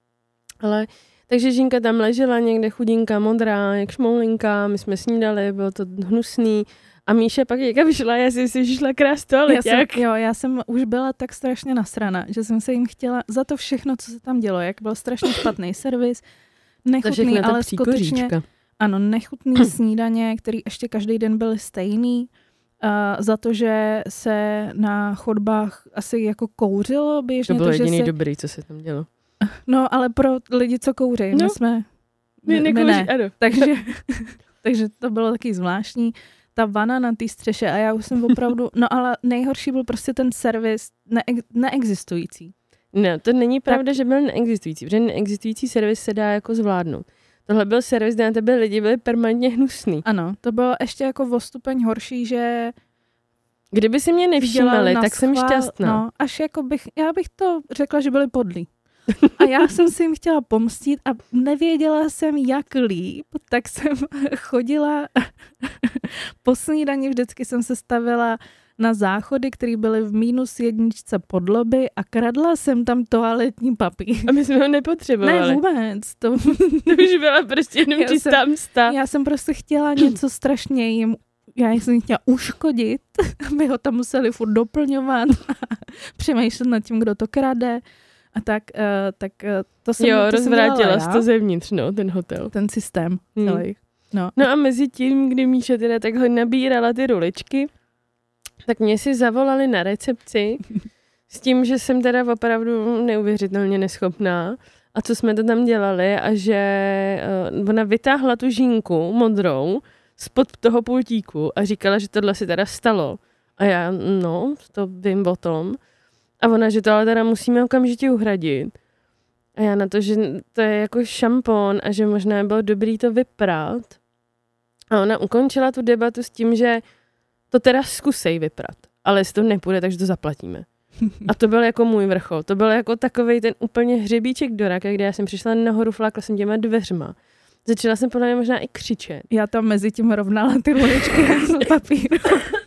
Ale takže žínka tam ležela někde chudinka, modrá, jak šmoulinka, my jsme snídali, bylo to hnusný. A Míša pak někam vyšla, já jsem si šla krás toaleťák. Jo, já jsem už byla tak strašně nasrana, že jsem se jim chtěla za to všechno, co se tam dělo, jak byl strašně špatný servis, nechutný, ale skutečně, ano, nechutný snídaně, který ještě každý den byly stejný, uh, za to, že se na chodbách asi jako kouřilo běžně. To bylo to, jediný se... dobrý, co se tam dělo. No, ale pro lidi, co kouří, no, my jsme... My, my ne, ano. Takže, takže to bylo taky zvláštní. ta vana na té střeše a já už jsem opravdu, no ale nejhorší byl prostě ten servis ne- neexistující. Ne, to není pravda, tak... že byl neexistující, protože neexistující servis se dá jako zvládnout. Tohle byl servis, kde na tebe lidi byli permanentně hnusný. Ano, to bylo ještě jako o stupeň horší, že kdyby si mě nevšímali, tak schvál, jsem šťastná. No, až jako bych, já bych to řekla, že byli podlí. A já jsem si jim chtěla pomstit a nevěděla jsem, jak líp, tak jsem chodila po snídani, vždycky jsem se stavila na záchody, které byly v mínus jedničce pod lobby a kradla jsem tam toaletní papír. A my jsme ho nepotřebovali. Ne, vůbec. To, to už byla prostě jenom já čistá jsem, msta. Já jsem prostě chtěla něco strašně jim, já jsem chtěla uškodit, aby ho tam museli furt doplňovat a přemýšlet nad tím, kdo to krade. A tak, uh, tak uh, to jsem Jo, to rozvrátila jsi to zevnitř, no, ten hotel. Ten systém hmm. celý. No. no a mezi tím, kdy Míša teda takhle nabírala ty ruličky, tak mě si zavolali na recepci s tím, že jsem teda opravdu neuvěřitelně neschopná a co jsme to tam dělali a že uh, ona vytáhla tu žínku modrou spod toho pultíku a říkala, že tohle si teda stalo. A já, no, to vím o tom. A ona, že to ale teda musíme okamžitě uhradit. A já na to, že to je jako šampon a že možná bylo dobrý to vyprat. A ona ukončila tu debatu s tím, že to teda zkusej vyprat. Ale jestli to nepůjde, takže to zaplatíme. A to byl jako můj vrchol. To byl jako takovej ten úplně hřebíček do raka, kde já jsem přišla nahoru, flákla jsem těma dveřma. Začala jsem podle mě možná i křičet. Já tam mezi tím rovnala ty ruličky z papíru.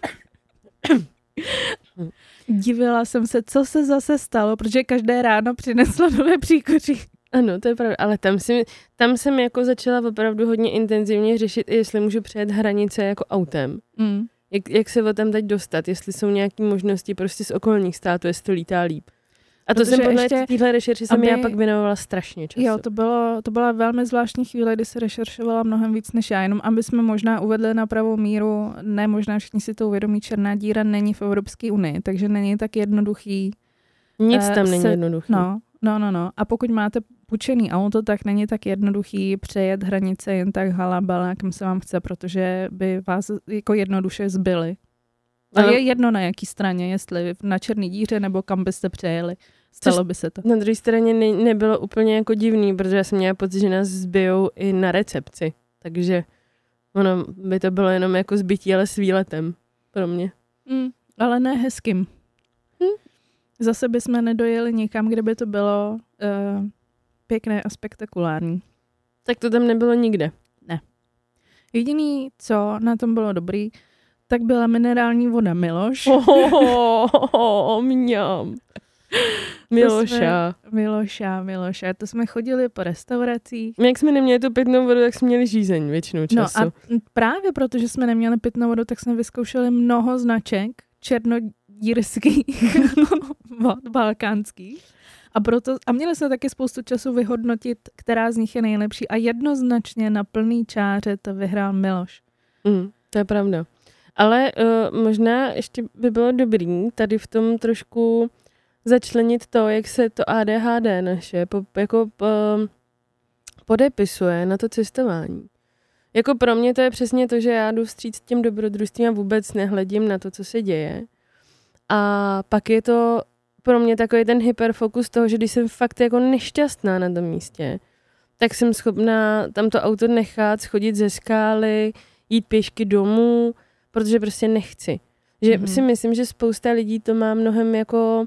Divila jsem se, co se zase stalo, protože každé ráno přineslo nové příkoří. Ano, to je pravda, ale tam, si, tam jsem jako začala opravdu hodně intenzivně řešit, jestli můžu přejet hranice jako autem. Mm. Jak, jak se o tam teď dostat, jestli jsou nějaké možnosti prostě z okolních států, jestli to lítá líp. A to protože jsem podle ještě, téhle rešerši jsem já pak věnovala strašně času. Jo, to, bylo, to byla velmi zvláštní chvíle, kdy se rešeršovala mnohem víc než já, jenom aby jsme možná uvedli na pravou míru, ne možná všichni si to uvědomí, černá díra není v Evropské unii, takže není tak jednoduchý. Nic tam uh, není se, jednoduchý. No, no, no, no. A pokud máte půjčený auto, tak není tak jednoduchý přejet hranice jen tak halabala, kam se vám chce, protože by vás jako jednoduše zbyli. A je jedno na jaký straně, jestli na černý díře nebo kam byste přejeli. Stalo by se to. Na druhé straně ne, nebylo úplně jako divný, protože já jsem měla pocit, že nás zbijou i na recepci. Takže ono by to bylo jenom jako zbytí, ale s výletem pro mě. Mm, ale ne hezkým. Hm? Zase bychom nedojeli nikam, kde by to bylo uh, pěkné a spektakulární. Tak to tam nebylo nikde. Ne. Jediný, co na tom bylo dobrý, tak byla minerální voda Miloš. Oh, oh, oh, oh, mňam. Miloša. Jsme, Miloša, Miloša. To jsme chodili po restauracích. Jak jsme neměli tu pitnou vodu, tak jsme měli žízeň většinou času. No a právě protože jsme neměli pitnou vodu, tak jsme vyzkoušeli mnoho značek černodírských, balkánských. A, proto, a měli jsme taky spoustu času vyhodnotit, která z nich je nejlepší. A jednoznačně na plný čáře to vyhrál Miloš. Mm, to je pravda. Ale uh, možná ještě by bylo dobrý tady v tom trošku začlenit to, jak se to A D H D naše po, jako po, podepisuje na to cestování. Jako pro mě to je přesně to, že já jdu vstříc těm dobrodružstvím a vůbec nehledím na to, co se děje. A pak je to pro mě takový ten hyperfokus toho, že když jsem fakt jako nešťastná na tom místě, tak jsem schopná tam to auto nechat, schodit ze skály, jít pěšky domů, protože prostě nechci. Že mm-hmm. si myslím, že spousta lidí to má mnohem jako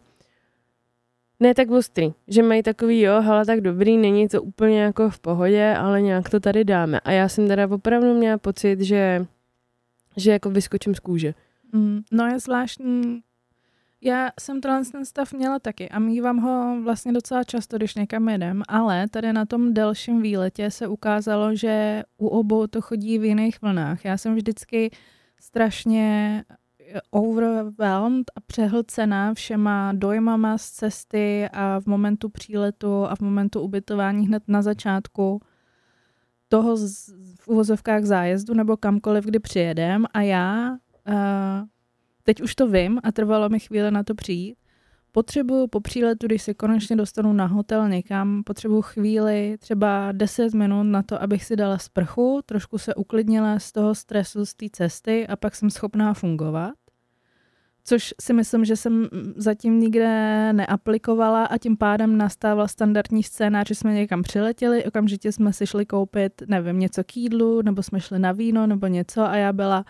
ne tak ostrý, že mají takový jo, hele, tak dobrý, není to úplně jako v pohodě, ale nějak to tady dáme. A já jsem teda opravdu měla pocit, že, že jako vyskočím z kůže. Mm, no je zvláštní. Já jsem tenhle ten stav měla taky a mívám ho vlastně docela často, když někam jedem, ale tady na tom delším výletě se ukázalo, že u obou to chodí v jiných vlnách. Já jsem vždycky strašně overwhelmed a přehlcená všema dojmama z cesty a v momentu příletu a v momentu ubytování hned na začátku toho z, v uvozovkách zájezdu nebo kamkoliv, kdy přijedem a já uh, teď už to vím a trvalo mi chvíli na to přijít, potřebuju po příletu, když se konečně dostanu na hotel někam, potřebuju chvíli, třeba deset minut na to, abych si dala sprchu, trošku se uklidnila z toho stresu, z té cesty a pak jsem schopná fungovat. Což si myslím, že jsem zatím nikde neaplikovala a tím pádem nastával standardní scénář, že jsme někam přiletěli, okamžitě jsme si šli koupit, nevím, něco k jídlu, nebo jsme šli na víno, nebo něco a já byla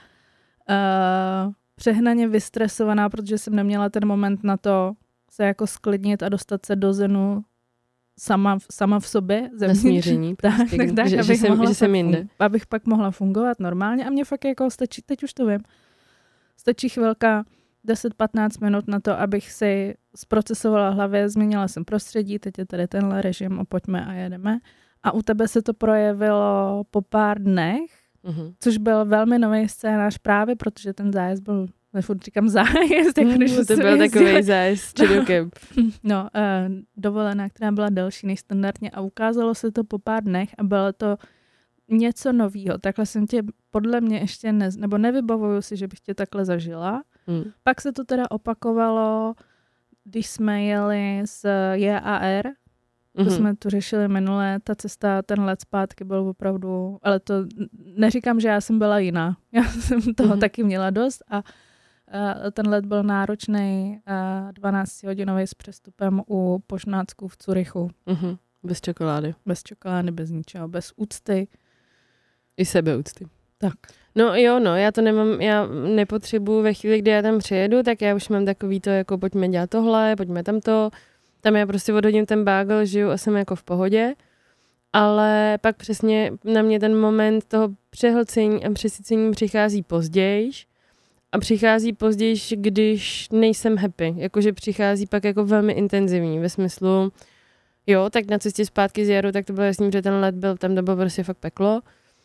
uh, přehnaně vystresovaná, protože jsem neměla ten moment na to se jako sklidnit a dostat se do zenu sama, sama v sobě. Na smíření. Tak, prostě, tak, tak, že, abych, že, jsem, mohla že jsem fakt, jinde. abych pak mohla fungovat normálně a mě fakt jako stačí, teď už to vím, stačí chvilka deset patnáct minut na to, abych si zprocesovala hlavě, změnila jsem prostředí, teď je tady tenhle režim a pojďme a jedeme. A u tebe se to projevilo po pár dnech, mm-hmm. což byl velmi nový scénář právě, protože ten zájezd byl, nefurt říkám zájezd, jako když mm, to byl takový zájezd čudokem. No, uh, dovolená, která byla delší než standardně a ukázalo se to po pár dnech a bylo to něco novýho. Takhle jsem tě podle mě ještě ne, nebo nevybavuju si, že bych tě takhle zažila. Hmm. Pak se to teda opakovalo, když jsme jeli z J A R, to mm-hmm. jsme tu řešili minule, ta cesta, ten let zpátky byl opravdu, ale to neříkám, že já jsem byla jiná. Já jsem toho mm-hmm. taky měla dost a, a ten let byl náročný, dvanáctihodinový s přestupem u Pošnácků v Curychu. Mm-hmm. Bez čokolády. Bez čokolády, bez ničeho, bez úcty. I sebeúcty. Tak. No jo, no, já to nemám, já nepotřebuji ve chvíli, kdy já tam přijedu, tak já už mám takový to, jako pojďme dělat tohle, pojďme tamto, tam já prostě odhodím ten bágl, žiju a jsem jako v pohodě, ale pak přesně na mě ten moment toho přehlcení a přesycení přichází pozdějiš a přichází pozdějiš, když nejsem happy, jakože přichází pak jako velmi intenzivní, ve smyslu, jo, tak na cestě zpátky z Jaru, tak to bylo jasný, že ten let byl, tam to bylo prostě fakt peklo.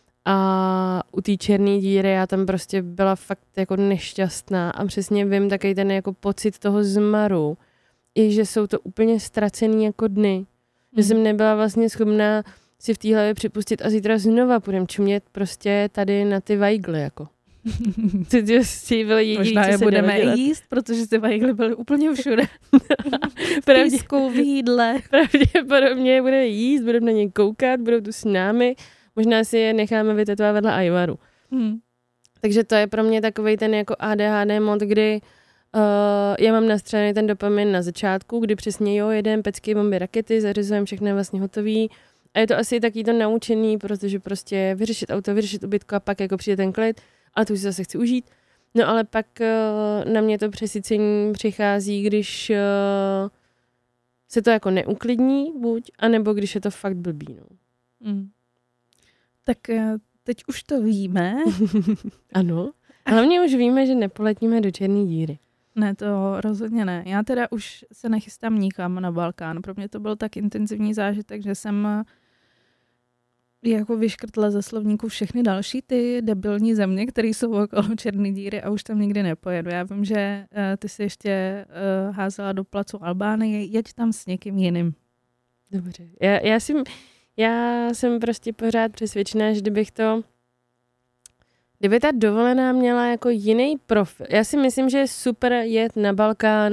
A u té černé díry já tam prostě byla fakt jako nešťastná a přesně vím takový ten jako pocit toho zmaru, i že jsou to úplně ztracený jako dny. Mm. Že jsem nebyla vlastně schopná si v té hlavě připustit a zítra znova půjdem čumět prostě tady na ty vajgly jako. Ty byly jediný, možná je budeme jíst, protože ty vajgly byly úplně všude. V písku, v jídle. Pravděpodobně budeme jíst, budeme na ně koukat, budou tu s námi. Možná si je necháme vytetovat vedle Ajvaru. Hmm. Takže to je pro mě takovej ten jako A D H D mod, kdy uh, já mám nastřelený ten dopamin na začátku, kdy přesně jo, jedem pecky, bomby, rakety, zařizujeme všechno vlastně hotový. A je to asi taky to naučený, protože prostě vyřešit auto, vyřešit ubytko a pak jako přijde ten klid, ale to už si zase chci užít. No ale pak uh, na mě to přesycení přichází, když uh, se to jako neuklidní buď, anebo když je to fakt blbý. No. Hmm. Tak teď už to víme. Ano. Hlavně už víme, že nepoletíme do černé díry. Ne, to rozhodně ne. Já teda už se nechystám nikam na Balkán. Pro mě to byl tak intenzivní zážitek, že jsem jako vyškrtla ze slovníku všechny další ty debilní země, které jsou okolo černé díry a už tam nikdy nepojedu. Já vím, že uh, ty si ještě uh, házela do placu Albánii. Jeď tam s někým jiným. Dobře. Já, já si... Já jsem prostě pořád přesvědčená, že kdybych to, kdyby ta dovolená měla jako jiný profil. Já si myslím, že je super jet na Balkán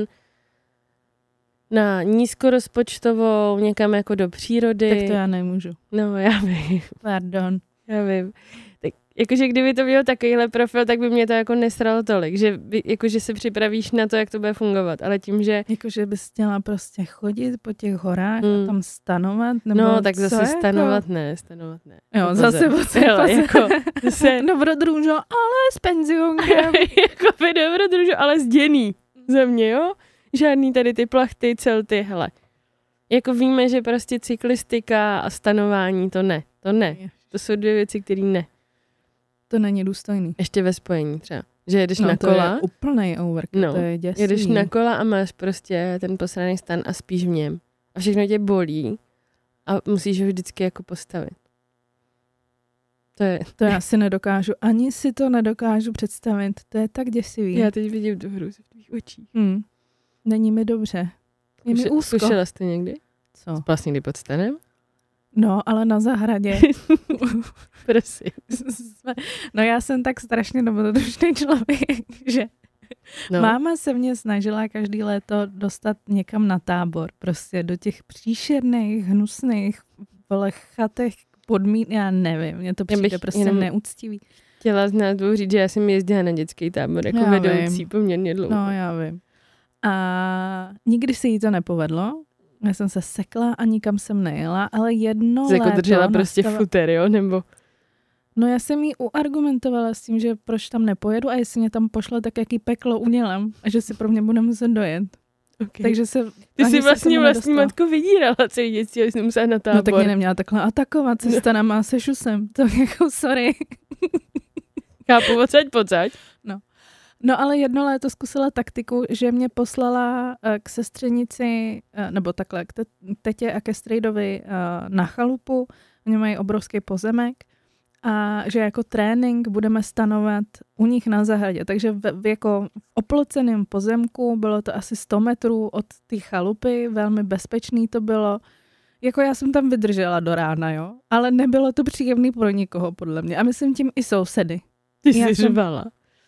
na nízkorozpočtovou, někam jako do přírody. Tak to já nemůžu. No, já vím. Pardon. Já vím. Tak, jakože kdyby to mělo takovýhle profil, tak by mě to jako nesralo tolik, že by, jakože se připravíš na to, jak to bude fungovat, ale tím, že... Jakože bys chtěla prostě chodit po těch horách mm. a tam stanovat, nebo no, tak zase jako? stanovat ne, stanovat ne. Jo, no, zase potřeba. Jako, zase... Dobrodružo, ale s penzionkem. Jako by dobrodružo, ale zděný země, jo? Žádný tady ty plachty, celty, hele. Jako víme, že prostě cyklistika a stanování, to ne, to ne. To jsou dvě věci, které ne. To není důstojný. Ještě ve spojení třeba. Že jedeš no, na to kola. Je úplnej overkill, no, to je děsivý. Jedeš na kola a máš prostě ten posraný stan a spíš v něm. A všechno tě bolí a musíš ho vždycky jako postavit. To je... To já si nedokážu, ani si to nedokážu představit. To je tak děsivý. Já teď vidím tu hru v tvých očích. Hmm. Není mi dobře. Je mi úzko. Zkušela jste někdy? Co? Spala jsi někdy pod stanem? No, ale na zahradě. Prosím. No já jsem tak strašně dobrodružný člověk, že No. Máma se mě snažila každý léto dostat někam na tábor. Prostě do těch příšerných, hnusných, vole, chatech, podmín, já nevím, mně to přijde prostě jenom neúctivý. Chtěla z nás dvou říct, že já jsem jezdila na dětský tábor jako já vedoucí vím. poměrně dlouho. No, já vím. A nikdy se jí to nepovedlo. Já jsem se sekla a nikam jsem nejela, ale jedno Jsi léto... jako držela prostě nastava... futer, jo? Nebo... No já jsem jí uargumentovala s tím, že proč tam nepojedu a jestli mě tam pošle, tak jaký peklo udělám a že si pro mě bude muset dojet. Okay. Takže se... Ty jsi vlastně vlastní matku vydírala celý dětství, že jsi musela na tábor. No tak mě neměla takhle atakovat, cesta no. Má se šusem. To jako sorry. Chápu, odsaď, pocať. No. No ale jedno léto zkusila taktiku, že mě poslala k sestřenici, nebo takhle k tetě a ke strejdovi na chalupu. Oni mají obrovský pozemek a že jako trénink budeme stanovat u nich na zahradě. Takže v, v jako v oploceném pozemku bylo to asi sto metrů od té chalupy, velmi bezpečný to bylo. Jako já jsem tam vydržela do rána, jo, ale nebylo to příjemný pro nikoho, podle mě. A myslím tím i sousedy. Ty jsi řvala.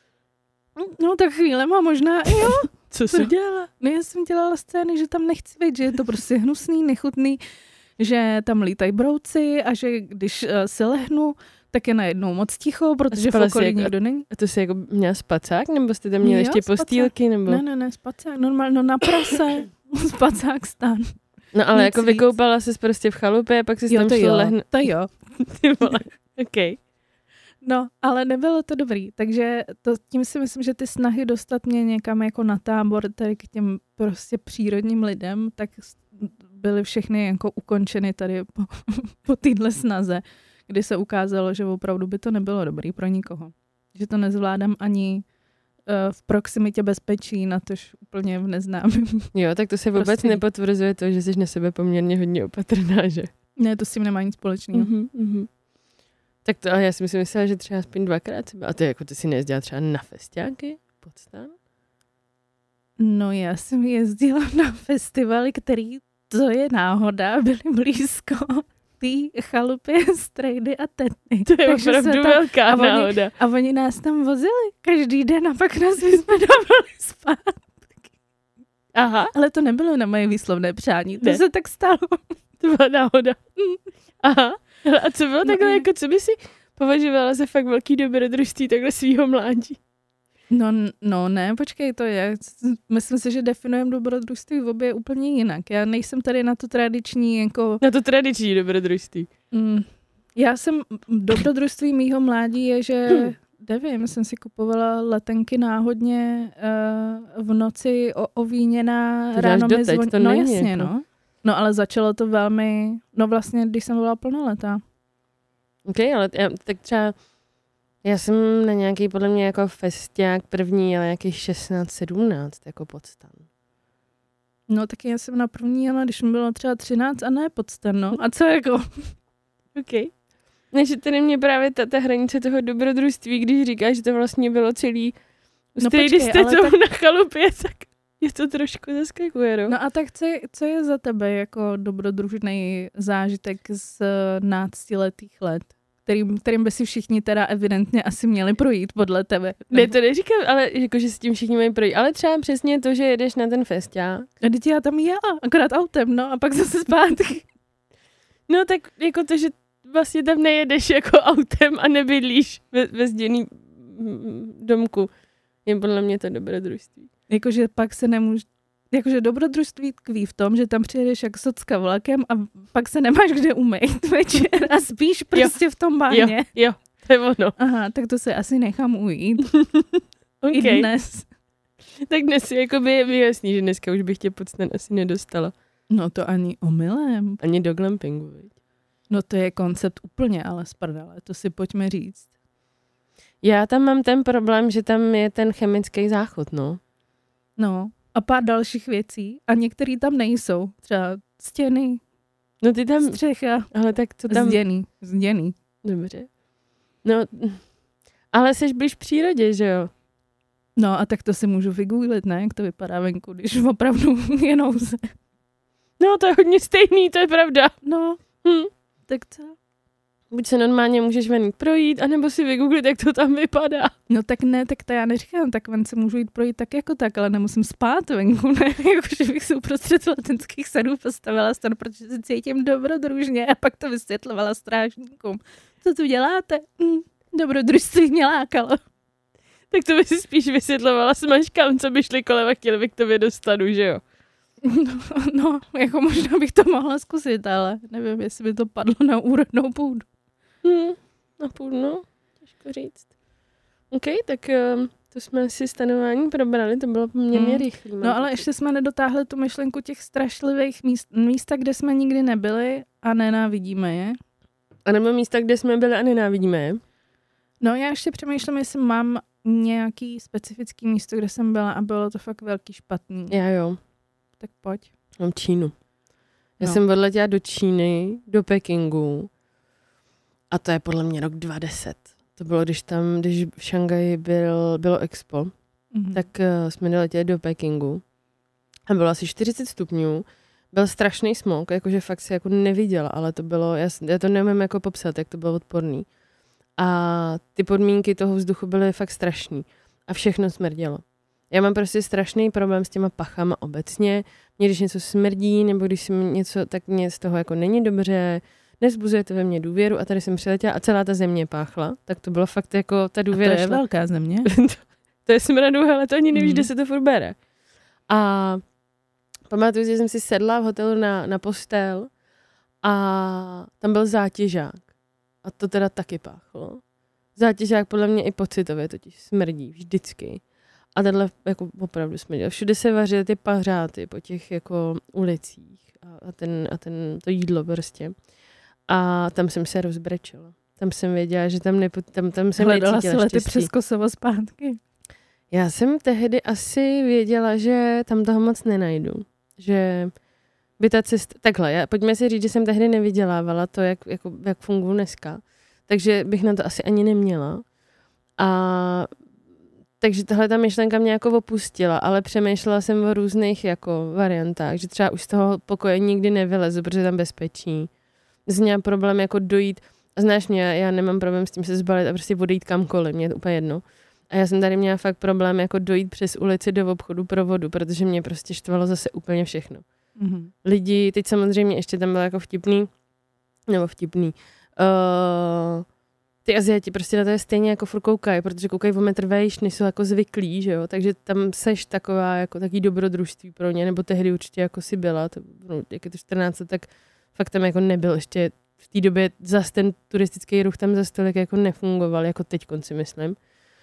No tak chvílema možná i jo. Co jsi dělala? No já jsem dělala scény, že tam nechci být, že je to prostě hnusný, nechutný, že tam lítají brouci a že když uh, se lehnu, tak je najednou moc ticho, protože v okolí jako, nikdo není. A to jsi jako měla spacák, nebo jste tam měli jo, ještě spacák. Postýlky? Nebo? Ne, ne, ne, spacák, normálně, no na prase, spacák stan. No ale nic jako víc. Vykoupala ses prostě v chalupě, pak jsi tam šla lehnout. To jo. Ty vole, okej. Okay. No, ale nebylo to dobrý, takže to, tím si myslím, že ty snahy dostat mě někam jako na tábor tady k těm prostě přírodním lidem, tak byly všechny jako ukončeny tady po, po téhle snaze, kdy se ukázalo, že opravdu by to nebylo dobrý pro nikoho. Že to nezvládám ani uh, v proximitě bezpečí, natož úplně v neznámém. Jo, tak to se vůbec prostě nepotvrzuje to, že jsi na sebe poměrně hodně opatrná, že? Ne, to s tím nemá nic společného. Mm-hmm, mm-hmm. Tak to, ale já si myslela, že třeba aspoň dvakrát třeba. A ty jako ty si nejezdila třeba na festiáky? Podstan? No já jsem jezdila na festivaly, který, to je náhoda, byly blízko té chalupy, strejdy a tety. To je takže opravdu tam, velká a oni, náhoda. A oni nás tam vozili každý den a pak nás jsme dávali spát. Aha. Ale to nebylo na moje výslovné přání, to ne. se tak stalo. To byla náhoda. Aha. A co bylo no, takhle, jako co by si považovala za fakt velký dobrodružství takhle svýho mládí? No, no ne, počkej, to je, myslím si, že definujeme dobrodružství v obě úplně jinak. Já nejsem tady na to tradiční, jako... Na to tradiční dobrodružství. Mm, já jsem, dobrodružství mýho mládí je, že, hmm. nevím, jsem si kupovala letenky náhodně uh, v noci o, ovíněná, ráno mi zvoní... No jasně, jako. no. No ale začalo to velmi, no vlastně, když jsem byla plnoletá. Ok, ale já, tak třeba, já jsem na nějaký, podle mě jako festiák první, ale nějakých šestnáct sedmnáct, jako Podstan. No tak já jsem na první, ale když mi bylo třeba třináct a ne Podstan, no. A co jako? Ok. Než tady mě právě ta, ta hranice toho dobrodružství, když říkáš, že to vlastně bylo celý, no počkej, jste to tak... na chalupě, tak... Je to trošku zaskakuje, no? No a tak co je, co je za tebe jako dobrodružný zážitek z náctiletých let, kterým, kterým by si všichni teda evidentně asi měli projít podle tebe? Ne, to neříkám, ale jako, že si tím všichni mají projít. Ale třeba přesně to, že jedeš na ten festiák. A teď já tam jela, akorát autem, no a pak zase zpátky. No tak jako to, že vlastně tam nejedeš jako autem a nebydlíš ve, ve zděný domku, je podle mě to dobrodružství. Jakože pak se nemůže, jakože dobrodružství tkví v tom, že tam přijedeš jak socka vlakem a pak se nemáš kde umýt večer a spíš prostě jo, v tom báně. Jo, jo, to je ono. Aha, tak to se asi nechám ujít. Okay. I dnes. Tak dnes jakoby je mi jasný, že dneska už bych tě Podstan asi nedostala. No to ani omylem. Ani do glampingu, viď? No to je koncept úplně ale sprdele, to si pojďme říct. Já tam mám ten problém, že tam je ten chemický záchod, no. No a pár dalších věcí a některý tam nejsou. Třeba stěny, no ty tam, střecha, ale tak co tam... Zděný, zděný. Dobře. No, ale seš blíž přírodě, že jo? No a tak to si můžu vygooglit, ne? Jak to vypadá venku, když opravdu je nouze. No to je hodně stejný, to je pravda. No, hm. tak co? Buď se normálně můžeš ven jít projít, anebo si vygooglit, jak to tam vypadá. No tak ne, tak to já neříkám, tak ven se můžu jít projít tak jako tak, ale nemusím spát venku, ne, jako že bych se uprostřed letenských sadů postavila stan, protože se cítím dobrodružně a pak to vysvětlovala strážníkům. Co tu děláte? Hm, dobrodružství mě lákalo. Tak to by si spíš vysvětlovala s mačkám, co by šli kolem a chtěli by k tobě do stanu, že jo? No, no, jako možná bych to mohla zkusit, ale nevím, jestli by to padlo na úrodnou půdu. Hmm, na půdu, no, těžko říct. OK, tak um, to jsme si stanování probrali, to bylo poměrně hmm. rychlý. No ale ještě jsme nedotáhli tu myšlenku těch strašlivých míst, místa, kde jsme nikdy nebyli a nenávidíme je. A nebo místa, kde jsme byli a nenávidíme je. No já ještě přemýšlím, jestli mám nějaký specifický místo, kde jsem byla a bylo to fakt velký špatný. Já jo. Tak pojď. Mám Čínu. Já no. jsem odletěla do Číny, do Pekingu a to je podle mě rok dva tisíce deset. To bylo, když tam, když v Šangaji byl, bylo expo, mm-hmm. tak uh, jsme doletěli do Pekingu a bylo asi čtyřicet stupňů. Byl strašný smog, jakože fakt si jako neviděla, ale to bylo, já, já to nevím jako popsat, jak to bylo odporný. A ty podmínky toho vzduchu byly fakt strašný. A všechno smrdělo. Já mám prostě strašný problém s těma pachama obecně. Mě, když něco smrdí, nebo když si něco, tak mě z toho jako není dobře, nezbuzuje to ve mně důvěru a tady jsem přiletěla a celá ta země páchla. Tak to bylo fakt jako ta důvěra. A to je šla. velká země. To je smradu, ale to ani nevíš, kde mm. se to furt bere. A pamatuju, že jsem si sedla v hotelu na, na postel a tam byl zátěžák. A to teda taky páchlo. Zátěžák podle mě i pocitově totiž smrdí vždycky. A tenhle jako opravdu smrdil. Všude se vařily ty pařáty po těch jako ulicích a, a, ten, a ten, to jídlo prostě. A tam jsem se rozbrečela. Tam jsem věděla, že tam, nepo, tam, tam jsem Hledala necítila si lety štěstí. přes Kosovo zpátky. Já jsem tehdy asi věděla, že tam toho moc nenajdu. Že by ta cesta... Takhle, já, pojďme si říct, že jsem tehdy nevydělávala to, jak, jako, jak funguji dneska. Takže bych na to asi ani neměla. A takže tahle ta myšlenka mě jako opustila, ale přemýšlela jsem o různých jako variantách, že třeba už z toho pokoje nikdy nevylezu, protože tam bezpečí. Z měla problém jako dojít, a znáš mě, já nemám problém s tím se zbalit a prostě odejít kamkoliv, mě je to úplně jedno. A já jsem tady měla fakt problém jako dojít přes ulici do obchodu pro vodu, protože mě prostě štvalo zase úplně všechno. Mm-hmm. Lidi, teď samozřejmě ještě tam bylo jako vtipný, nebo vtipný, uh, ty Aziati prostě na to je stejně jako furt koukají, protože koukají o metr vejš, než jsou jako zvyklí, že jo, takže tam seš taková jako taký dobrodružství pro ně, nebo tehdy určitě jako si byla, to, no, jak je to čtrnáct, tak fakt tam jako nebyl ještě v té době zas ten turistický ruch tam za stolik jako nefungoval, jako teď si myslím.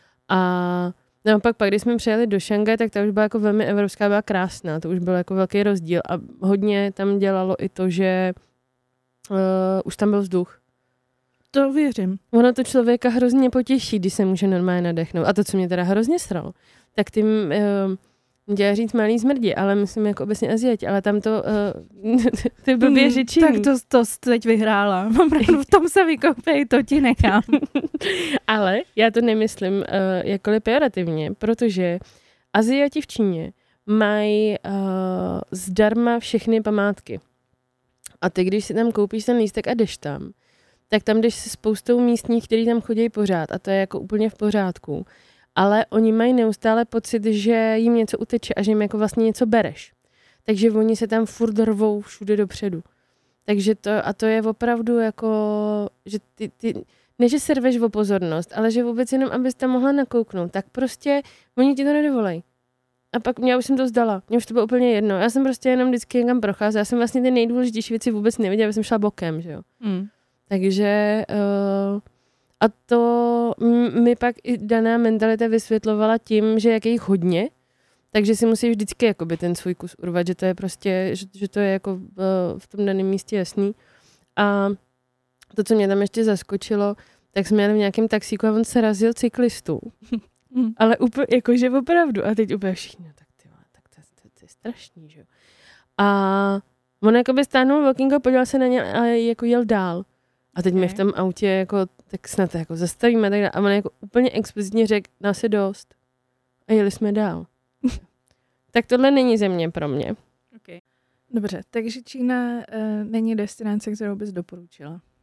A naopak pak, když jsme přijeli do Šangaje, tak ta už byla jako velmi evropská, byla krásná, to už byl jako velký rozdíl a hodně tam dělalo i to, že uh, už tam byl vzduch. To věřím. Ono to člověka hrozně potěší, když se může normálně nadechnout. A to, co mě teda hrozně sralo, tak ty, uh, dělá říct malý zmrdí, ale myslím jako obecně Aziati, ale tam to, uh, ty blbě řečení. Tak to, to teď vyhrála. V tom se vykoupej, to ti nechám. Ale já to nemyslím uh, jakkoliv pejorativně, protože Aziati v Číně mají uh, zdarma všechny památky. A ty, když si tam koupíš ten lístek a jdeš tam, tak tam jdeš se spoustou místních, kteří tam chodí pořád a to je jako úplně v pořádku. Ale oni mají neustále pocit, že jim něco uteče a že jim jako vlastně něco bereš. Takže oni se tam furt rvou všude dopředu. Takže to, a to je opravdu jako, že ty, ty ne, že se rveš o pozornost, ale že vůbec jenom, abys tam mohla nakouknout, tak prostě oni ti to nedovolají. A pak já už jsem to vzdala. Mně už to bylo úplně jedno. Já jsem prostě jenom vždycky někam procházela. Já jsem vlastně ty nejdůležitější věci vůbec neviděla, já jsem šla bokem, že jo. Mm. Takže uh, a to mi pak i daná mentalita vysvětlovala tím, že jak je jich hodně, takže si musí vždycky jakoby ten svůj kus urvat, že to je prostě, že, že to je jako uh, v tom daném místě jasný. A to, co mě tam ještě zaskočilo, tak jsme jeli v nějakém taxíku a on se razil cyklistu. Mm. Ale úplně, jakože opravdu. A teď úplně všichni, tak ty tak to, to, to je strašný, že jo. A on jakoby stáhnul walkingo, podíval se na ně a jako jel dál. A teď okay. mi v tom autě jako, tak snad to jako zastavíme tak dále. A on jako úplně explicitně řekl, nás je dost. A jeli jsme dál. Tak tohle není země pro mě. Okay. Dobře, takže Čína uh, není destinace, kterou bys doporučila.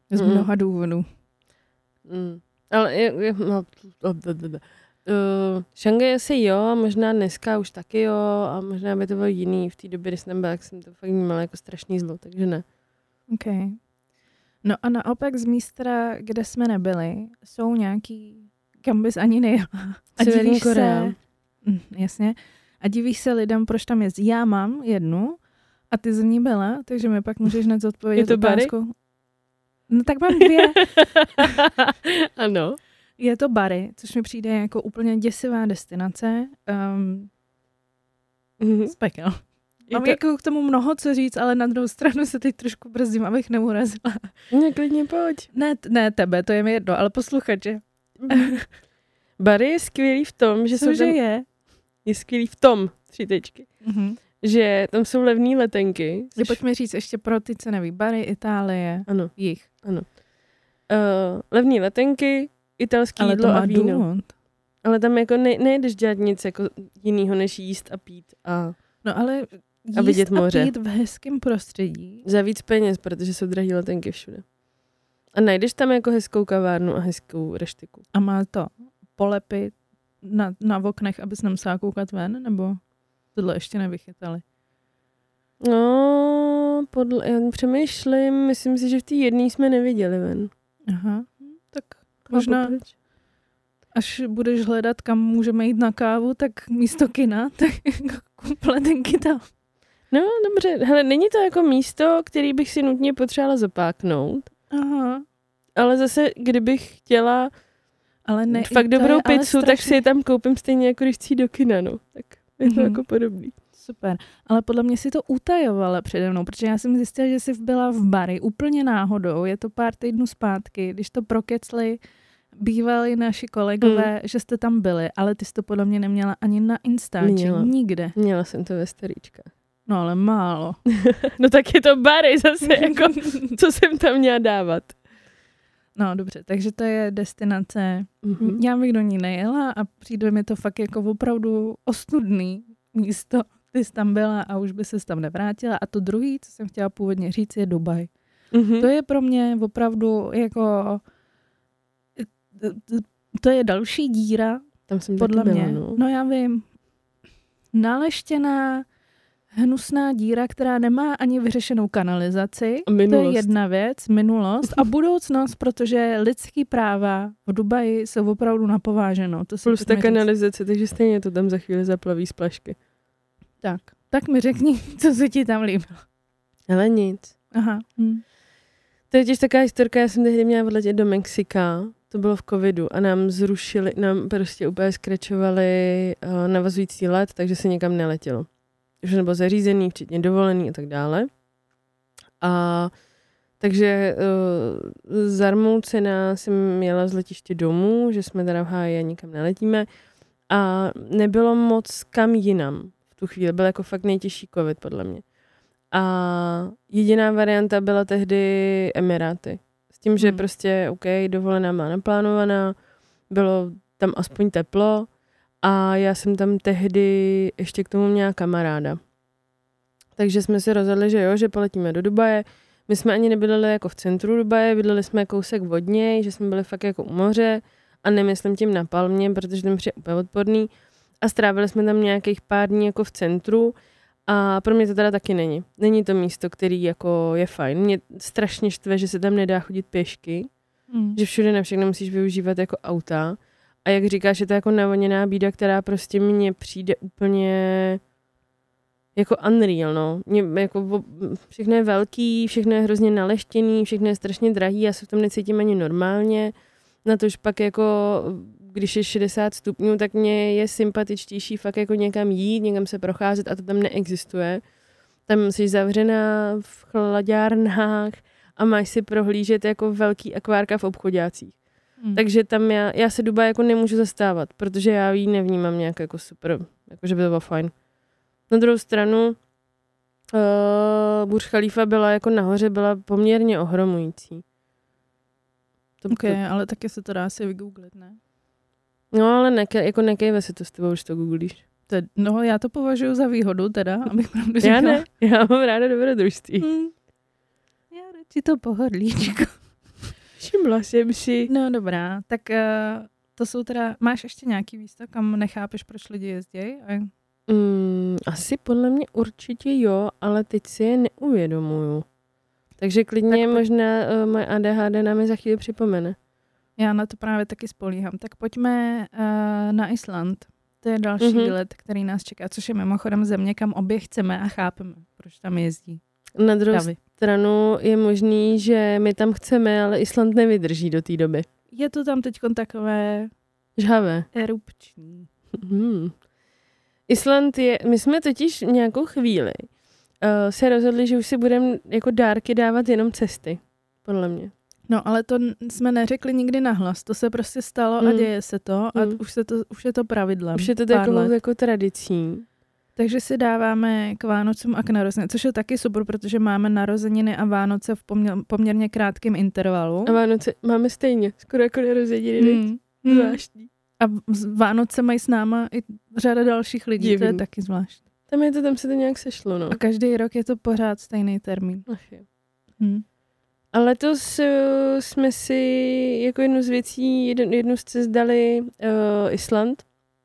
Z Mm. mnoha důvodů. Mm. Ale je, je, no, uh, Šangaj asi jo, a možná dneska už taky jo, a možná by to bylo jiný. V té době, kdy jsem byla, jak jsem to fakt vnímala jako strašný zlo, takže ne. OK. No a naopak z místa, kde jsme nebyli, jsou nějaký, kam bys ani nejela. A Severní divíš Korea. se, mm, jasně, a divíš se lidem, proč tam jezdí. Já mám jednu a ty z ní byla, takže mi pak můžeš hned zodpovědět Je to Bari? otázku. No tak mám dvě. Ano. Je to Bari, což mi přijde jako úplně děsivá destinace. Um, Mhm. Spekel. Mám to- jako k tomu mnoho co říct, ale na druhou stranu se teď trošku brzdím, abych neurazila. Ne, klidně pojď. Ne, t- ne tebe, to je mi jedno, ale posluchače. Bari je skvělý v tom, že jsou Cože tam, je? je skvělý v tom, tři tečky, Mhm. že tam jsou levné letenky. Což... Pojďme říct ještě pro ty, co neví. Bari, Itálie, Ano, jich. uh, levné letenky, italský Ale jídlo to má a víno. důvod. Ale tam jako ne, nejdeš dělat nic jako jinýho, než jíst a pít a No ale jíst A vidět moře. a pít v hezkém prostředí. za víc peněz, protože jsou drahé letenky všude. A najdeš tam jako hezkou kavárnu a hezkou reštiku. A má to polepy na, na oknech, abys nemusela koukat ven, nebo tohle ještě nevychytali? No, podle, já přemýšlím, myslím si, že v té jedné jsme neviděli ven. Aha, hm, tak možná, Chápu, proč. až budeš hledat, kam můžeme jít na kávu, tak místo kina, tak kup letenky tam. No, dobře. Hele, není to jako místo, který bych si nutně potřebovala zapáknout, Aha. ale zase, kdybych chtěla Ale ne, fakt to dobrou je ale pizzu, tak strašně- si je tam koupím stejně, jako když chci jít do kina, no. Tak je to Mhm. jako podobný. Super, ale podle mě si to utajovala přede mnou, protože já jsem zjistila, že jsi byla v Bari úplně náhodou, je to pár týdnů zpátky, když to prokecli bývali naši kolegové, Mm. že jste tam byli, ale ty jsi to podle mě neměla ani na Instači, Měla. nikde. Měla jsem to ve storíčkách. No ale málo. No tak je to Bari zase, jako, co jsem tam měla dávat. No dobře, takže to je destinace, Mhm. já bych do ní nejela a přijde mi to fakt jako opravdu ostudný místo. Ty jsi tam byla a už by ses tam nevrátila. A to druhý, co jsem chtěla původně říct, je Dubaj. Mhm. To je pro mě opravdu jako... To je další díra, Tam jsem podle taky mě. byla, no. No já vím. Naleštěná, hnusná díra, která nemá ani vyřešenou kanalizaci. A minulost. To je jedna věc, minulost. A budoucnost, protože lidský práva v Dubaji jsou opravdu napováženou. To si Plus ta pojďme říct. kanalizace, takže stejně to tam za chvíli zaplaví z plašky. Tak, tak mi řekni, co se ti tam líbilo. Ale nic. Aha. Hm. To je těž taková historka, já jsem tehdy měla odletět do Mexika, to bylo v covidu a nám zrušili, nám prostě úplně skračovali uh, navazující let, takže se někam neletělo. Už nebylo zařízený, včetně dovolený a tak dále. A takže uh, zarmoucená jsem jela z letiště domů, že jsme teda v háji a nikam neletíme a nebylo moc kam jinam v tu chvíli. Byl jako fakt nejtěžší covid podle mě. A jediná varianta byla tehdy Emiráty. S tím, že Hmm. prostě, OK, dovolená má naplánovaná, bylo tam aspoň teplo a já jsem tam tehdy ještě k tomu měla kamaráda. Takže jsme si rozhodli, že jo, že poletíme do Dubaje. My jsme ani nebydleli jako v centru Dubaje, bydleli jsme kousek od něj, že jsme byli fakt jako u moře a nemyslím tím na Palmě, protože ten přijde úplně odporný. A strávili jsme tam nějakých pár dní jako v centru a pro mě to teda taky není. Není to místo, který jako je fajn. Mě strašně štve, že se tam nedá chodit pěšky, Hm. že všude na všechno musíš využívat jako auta. A jak říkáš, je to jako navoněná bída, která prostě mně přijde úplně jako unreal, no. Mě, jako, všechno je velký, všechno je hrozně naleštěný, všechno je strašně drahý, já se v tom necítím ani normálně. Na to už pak jako, když je šedesát stupňů, tak mě je sympatičtější fakt jako někam jít, někam se procházet a to tam neexistuje. Tam jsi zavřená v chlaďárnách a máš si prohlížet jako velký akvárka v obchodácích. Hm. Takže tam já, já se Dubaj jako nemůžu zastávat, protože já ji nevnímám nějak jako super, jako že by to bylo fajn. Na druhou stranu uh, Burj Khalifa byla jako nahoře, byla poměrně ohromující. To, Ok, to, ale taky se to dá si vygooglit, ne? no ale neke, jako nekejve se to s tebou, když to googlíš. To, no já to považuji za výhodu teda, abych pravdu Já říkala. ne, já mám ráda dobrodružství. Hm. Já radši to pohodlíčko. Všimla jsem si. No dobrá, tak uh, to jsou teda, máš ještě nějaký místa, kam nechápeš, proč lidi jezdí? Mm, asi podle mě určitě jo, ale teď si je neuvědomuju. Takže klidně tak po... možná uh, moje A D H D nám je za chvíli připomene. Já na to právě taky spolíhám. Tak pojďme uh, na Island. To je další mm-hmm. výlet, který nás čeká, což je mimochodem země, kam obě chceme a chápeme, proč tam jezdí. Na druhou Davy. stranu je možný, že my tam chceme, ale Island nevydrží do té doby. Je to tam teď takové... Žhavé. Erupční. Hmm. Island je... My jsme totiž nějakou chvíli uh, se rozhodli, že už si budeme jako dárky dávat jenom cesty. Podle mě. No, ale to jsme neřekli nikdy nahlas. To se prostě stalo hmm. a děje se to a hmm. už, se to, už je to pravidlem. Už je to takovou jako tradicí. Takže si dáváme k Vánocům a k narozeninám, což je taky super, protože máme narozeniny a Vánoce v poměr, poměrně krátkém intervalu. A Vánoce máme stejně, skoro jako narozeniny. Hmm. Zvláštní. A Vánoce mají s náma i řada dalších lidí, Divný. To je taky zvláštní. Tam je to, tam se to nějak sešlo, no. A každý rok je to pořád stejný termín. Ach je. Hmm. A letos uh, jsme si jako jednu z věcí, jednu, jednu z cest dali uh, Island.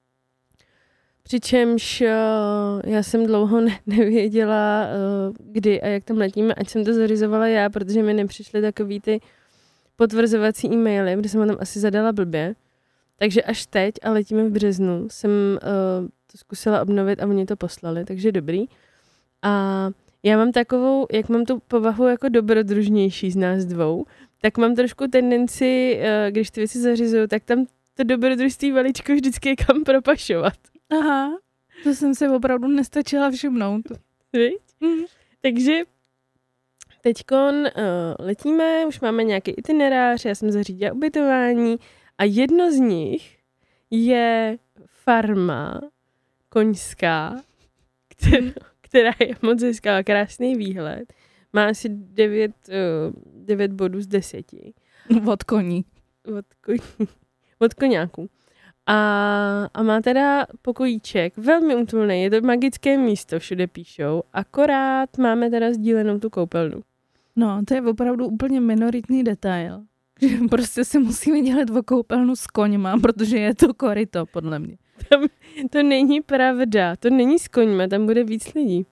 Přičemž uh, já jsem dlouho ne- nevěděla, uh, kdy a jak tam letíme, ať jsem to zařizovala já, protože mi nepřišly takový ty potvrzovací e-maily, protože jsem ho tam asi zadala blbě. Takže až teď, a letíme v březnu, jsem uh, to zkusila obnovit a oni to poslali, takže dobrý. A já mám takovou, jak mám tu povahu jako dobrodružnější z nás dvou, tak mám trošku tendenci, uh, když ty věci zařizuju, tak tam to dobrodružství veličko vždycky je kam propašovat. Aha, to jsem se opravdu nestačila všimnout. Mm. Takže teďkon uh, letíme, už máme nějaký itinerář, já jsem zařídila ubytování a jedno z nich je farma koňská, která, která je moc hezká, krásný výhled. Má asi devět, uh, devět bodů z deseti. Od koní. Od koní. Od koňáků. A, a má teda pokojíček, velmi útulný, je to magické místo, všude píšou, akorát máme teda sdílenou tu koupelnu. No, to je opravdu úplně minoritní detail. Že prostě si musíme dělat o koupelnu s koňma, protože je to koryto, podle mě. Tam, to není pravda, to není s koňma, tam bude víc lidí.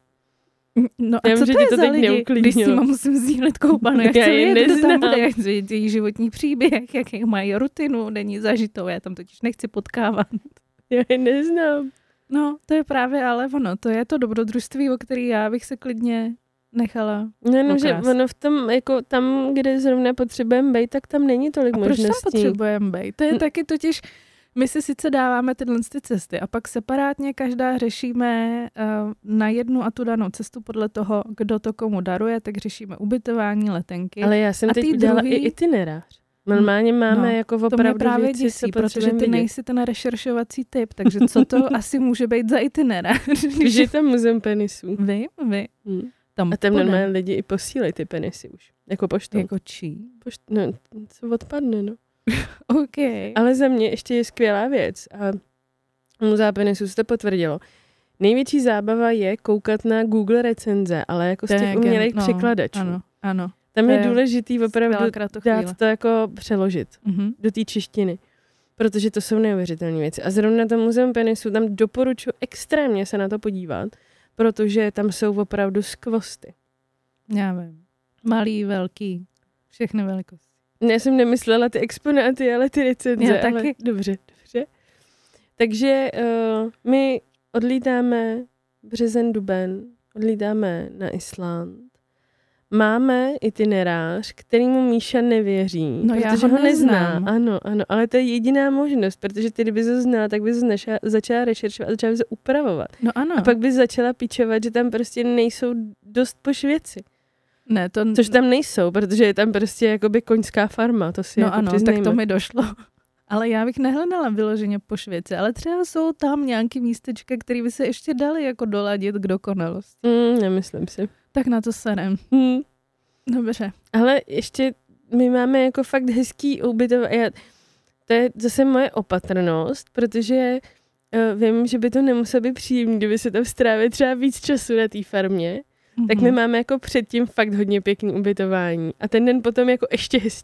No a já co vím, to je to za lidi, když s nima musím sdílet koupelnu? Já chci vědět, kdo tam bude, jak je její životní příběh, jaký mají rutinu, denní zažitou, já tam totiž nechci potkávat. Já je neznám. No, to je právě ale ono, to je to dobrodružství, o který já bych se klidně nechala No, no že ono v tom, jako tam, kde zrovna potřebujeme bejt, tak tam není tolik a možností. A proč tam potřebujeme bejt? To je N- taky totiž... My si sice dáváme tyhle ty cesty a pak separátně každá řešíme uh, na jednu a tu danou cestu podle toho, kdo to komu daruje, tak řešíme ubytování, letenky. Ale já jsem a teď udělala druhý... i itinerář. Normálně máme no, jako opravdu to mě právě děsí, protože ty vidět. Nejsi ten rešeršovací typ, takže co to asi může být za itinerář? Že je tam muzeum penisů. Vy? Vy? Hmm. Tam a tam normálně lidi i posílají ty penisy už. Jako poštou. Jako čí? Pošt... No, co odpadne, no. Okay. Ale za mě ještě je skvělá věc a muzea penisu se to potvrdilo. Největší zábava je koukat na Google recenze, ale jako z těch umělých no, překladačů. Ano, ano. Tam to je důležitý opravdu dát to jako přeložit mm-hmm. do té češtiny, protože to jsou neuvěřitelné věci. A zrovna to muzeum penisu, tam doporučuji extrémně se na to podívat, protože tam jsou opravdu skvosty. Já vím. Malý, velký, všechny velikosti. Já jsem nemyslela ty exponáty, ale ty recenze. Já ale taky. Dobře, dobře. Takže uh, my odlítáme březen, duben, odlítáme na Island. Máme itinerář, kterýmu Míša nevěří, no, protože já ho, ho nezná. Ano, ano, ale to je jediná možnost, protože ty, kdyby ho znala, tak bys ho začala, začala rešeršovat a začala bys ho upravovat. No ano. A pak bys začala pičovat, že tam prostě nejsou dost pošvěci. Ne, to... Což tam nejsou, protože je tam prostě jakoby koňská farma, to si no jako ano, přiznejme. tak to mi došlo. Ale já bych nehledala vyloženě po Švédce, ale třeba jsou tam nějaký místečka, které by se ještě dali jako doladit k dokonalosti. Mm, nemyslím si. Tak na to serem. Mm. Dobře. Ale ještě my máme jako fakt hezký ubytování. To je zase moje opatrnost, protože uh, vím, že by to nemuselo být příjemné, kdyby se tam strávit třeba víc času na té farmě. Mm-hmm. Tak my máme jako předtím fakt hodně pěkný ubytování. A ten den potom jako ještě hezčí.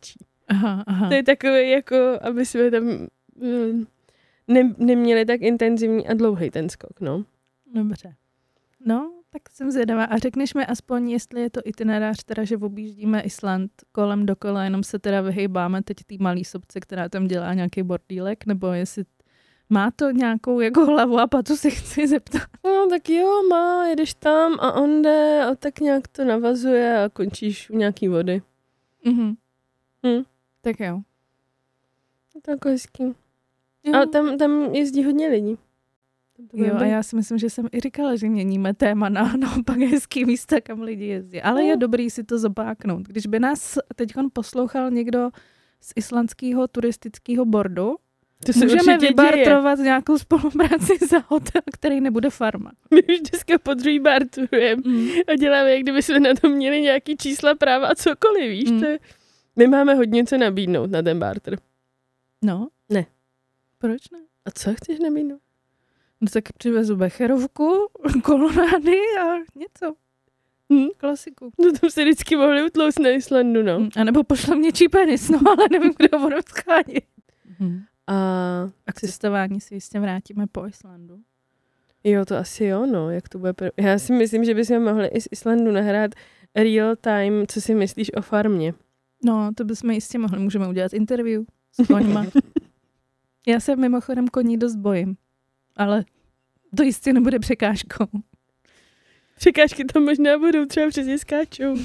Aha, aha. To je takové jako, aby jsme tam ne, neměli tak intenzivní a dlouhý ten skok, no. Dobře. No, tak jsem zvědavá. A řekneš mi aspoň, jestli je to itinerář, teda, že objíždíme Island kolem dokola, jenom se teda vyhejbáme teď tý malý sobce, která tam dělá nějaký bordílek, nebo jestli má to nějakou jako hlavu a patu, se chci zeptat. No tak jo, má, jedeš tam a on jde a tak nějak to navazuje a končíš u nějaký vody. Mhm. Hm. Tak jo. Je to jako hezký. Jo. Ale tam, tam jezdí hodně lidí. Jo, a já si myslím, že jsem i říkala, že měníme téma na naopak hezký místa, kam lidi jezdí. Ale no. Je dobrý si to zopáknout. Když by nás teď poslouchal někdo z islandského turistického bordu, to se můžeme vybartrovat nějakou spolupráci za hotel, který nebude farma. My už dneska po druhý barturujeme mm. a děláme, jak kdyby jsme na to měli nějaký čísla, práva a cokoliv, víš. Mm. To je... My máme hodně co nabídnout na ten barter. No? Ne. Proč ne? A co chceš nabídnout? No tak přivezu becherovku, kolonády a něco. Hmm. Klasiku. No tam se vždycky mohli utloust na Islandu, no. Hmm. A nebo pošlem něčí penis, no, ale nevím, kdo ho rozchání. Hmm. A... a k cestování si jistě vrátíme po Islandu. Jo, to asi jo, no. Jak to bude pro... Já si myslím, že bychom mohli i z Islandu nahrát real time, co si myslíš o farmě. No, to bychom jistě mohli. Můžeme udělat interview s koňma. Já se mimochodem koní dost bojím. Ale to jistě nebude překážkou. Překážky tam možná budou, třeba přesně skáčou.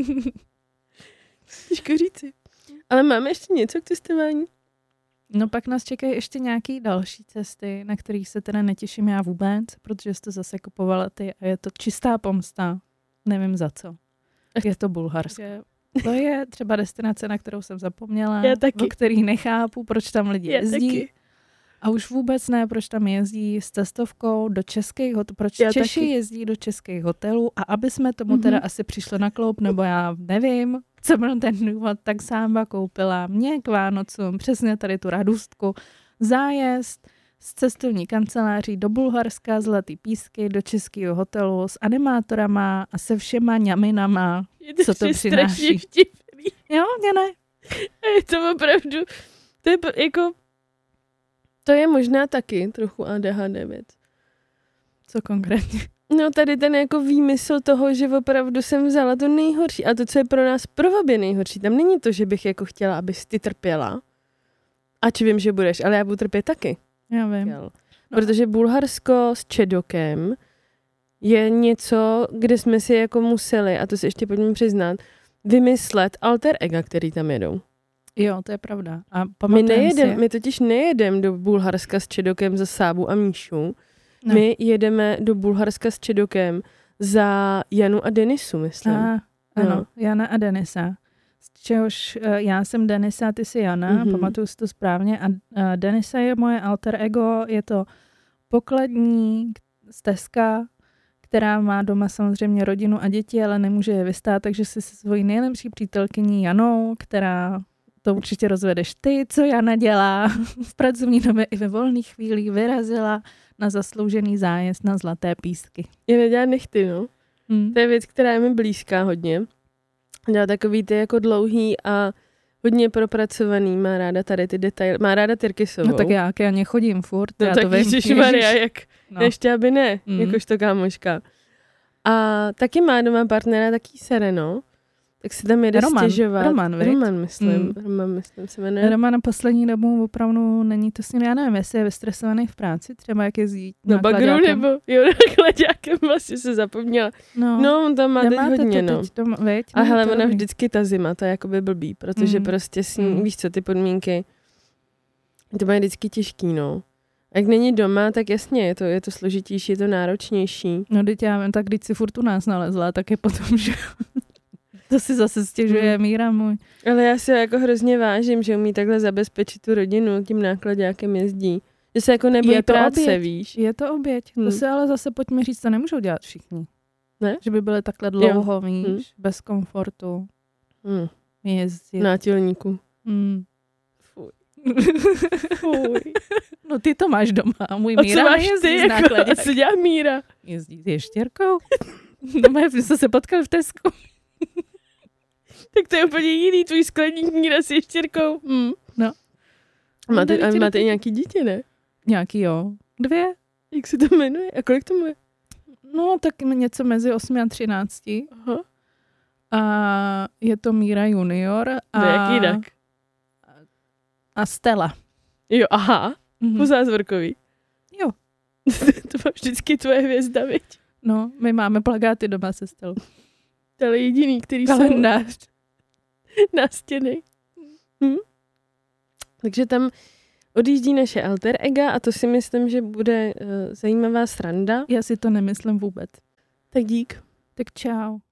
Těžko říci. Ale máme ještě něco k cestování? No pak nás čekají ještě nějaké další cesty, na kterých se teda netěším já vůbec, protože jste zase kupovala ty a je to čistá pomsta. Nevím za co. Je to Bulharsko. To je třeba destinace, na kterou jsem zapomněla, o který nechápu, proč tam lidi já jezdí. Taky. A už vůbec ne, proč tam jezdí s cestovkou do českých hotelů, proč já Češi taky. jezdí do českých hotelů a aby jsme tomu teda mm-hmm. asi přišli na kloup, nebo já nevím, co byl ten důvod, tak sámba koupila mě k Vánocům přesně tady tu radustku, zájezd z cestovní kanceláří do Bulharska, Zlatý Písky, do českého hotelu s animátorama a se všema ňaminama, je to co to přináší. Vtipný. Jo, mě ne. A je to opravdu, to je jako, to je možná taky trochu A D H D věc. Co konkrétně? No tady ten jako výmysl toho, že opravdu jsem vzala to nejhorší a to, co je pro nás pro obě nejhorší. Tam není to, že bych jako chtěla, abys ty trpěla, ač vím, že budeš, ale já budu trpět taky. Já vím. No. Protože Bulharsko s Čedokem je něco, kde jsme si jako museli, a to si ještě pojďme přiznat, vymyslet alter ega, který tam jedou. Jo, to je pravda. A my, nejedem, my totiž nejedeme do Bulharska s Čedokem za Sábu a Míšu. No. My jedeme do Bulharska s Čedokem za Janu a Denisu, myslím. A, ano, no. Jana a Denisa. Z čehož uh, já jsem Denisa, ty jsi Jana, mm-hmm. pamatuju si to správně. A uh, Denisa je moje alter ego, je to pokladní stezka, která má doma samozřejmě rodinu a děti, ale nemůže je vystát, takže si se svojí nejlepší přítelkyní Janou, která to určitě rozvedeš ty, co Jana dělá v pracovní době i ve volných chvílích, vyrazila na zasloužený zájezd na Zlaté Písky. Je nedělá nechty, no. Hmm. To je věc, která je mi blízká hodně. Dělá takový ty jako dlouhý a hodně propracovaný, má ráda tady ty detaily, má ráda Tyrkisovou. No tak já k Janě chodím furt. No já tak to vím. Ježišmarja, jak no. ještě aby ne, hmm. jakožto kámoška. A taky má doma partnera taký Sereno, tak se tam jede Roman, stěžovat. Roman, viď? Roman, myslím. Mm. Roman, myslím, se jmenuje. Roman na poslední dobu opravdu není to s ním, já nevím, jestli je vystresovaný v práci, třeba jak jezdí na bagru nebo, jo, na klaďákem vlastně se zapomněla. No, no on tam má teď hodně, to no. Teď doma, veď, a no, hele, ona dobrý. vždycky ta zima, to je jakoby blbý, protože mm. prostě s ní, mm. víš co, ty podmínky, to mají vždycky těžký, no. A jak není doma, tak jasně, je to, je to složitější, je to náročnější. No, teď já vím, tak když si furt u nás nalezla, tak je potom, že... To si zase stěžuje hmm. Míra můj. Ale já si jako hrozně vážím, že umí takhle zabezpečit tu rodinu, tím nákladákem jezdí. Že se jako nebojí práce, oběť. Víš. Je to oběť. Hmm. To si ale zase pojďme říct, to nemůžou dělat všichni. Ne? Že by byly takhle dlouho, jo. víš, hmm. bez komfortu. Hmm. Jezdit. Nátělníku. Hmm. Fuj. Fuj. No ty to máš doma a můj a Míra co máš nejezdí ty, z jako, nákladě. co dělá Míra? Jezdí s ještěrkou. No my jsme se potkali v Tesku. Tak to je úplně jiný, tvůj skleník Míra s ještěrkou. Mm, no. Máte, ale máte i nějaký dítě, ne? Nějaký, jo. Dvě. Jak se to jmenuje? A kolik to je? No, tak něco mezi osmi a třinácti. Aha. A je to Míra junior. A... To je jak jinak. A Stella. Jo, aha. Mhm. Po zázvorkový. Jo. To byla vždycky tvoje hvězda, viď? No, my máme plakáty doma se Stellou. To je jediný, který Kalendář. jsou na stěny. Hm? Takže tam odjíždí naše alter ega a to si myslím, že bude uh, zajímavá sranda. Já si to nemyslím vůbec. Tak dík. Tak čau.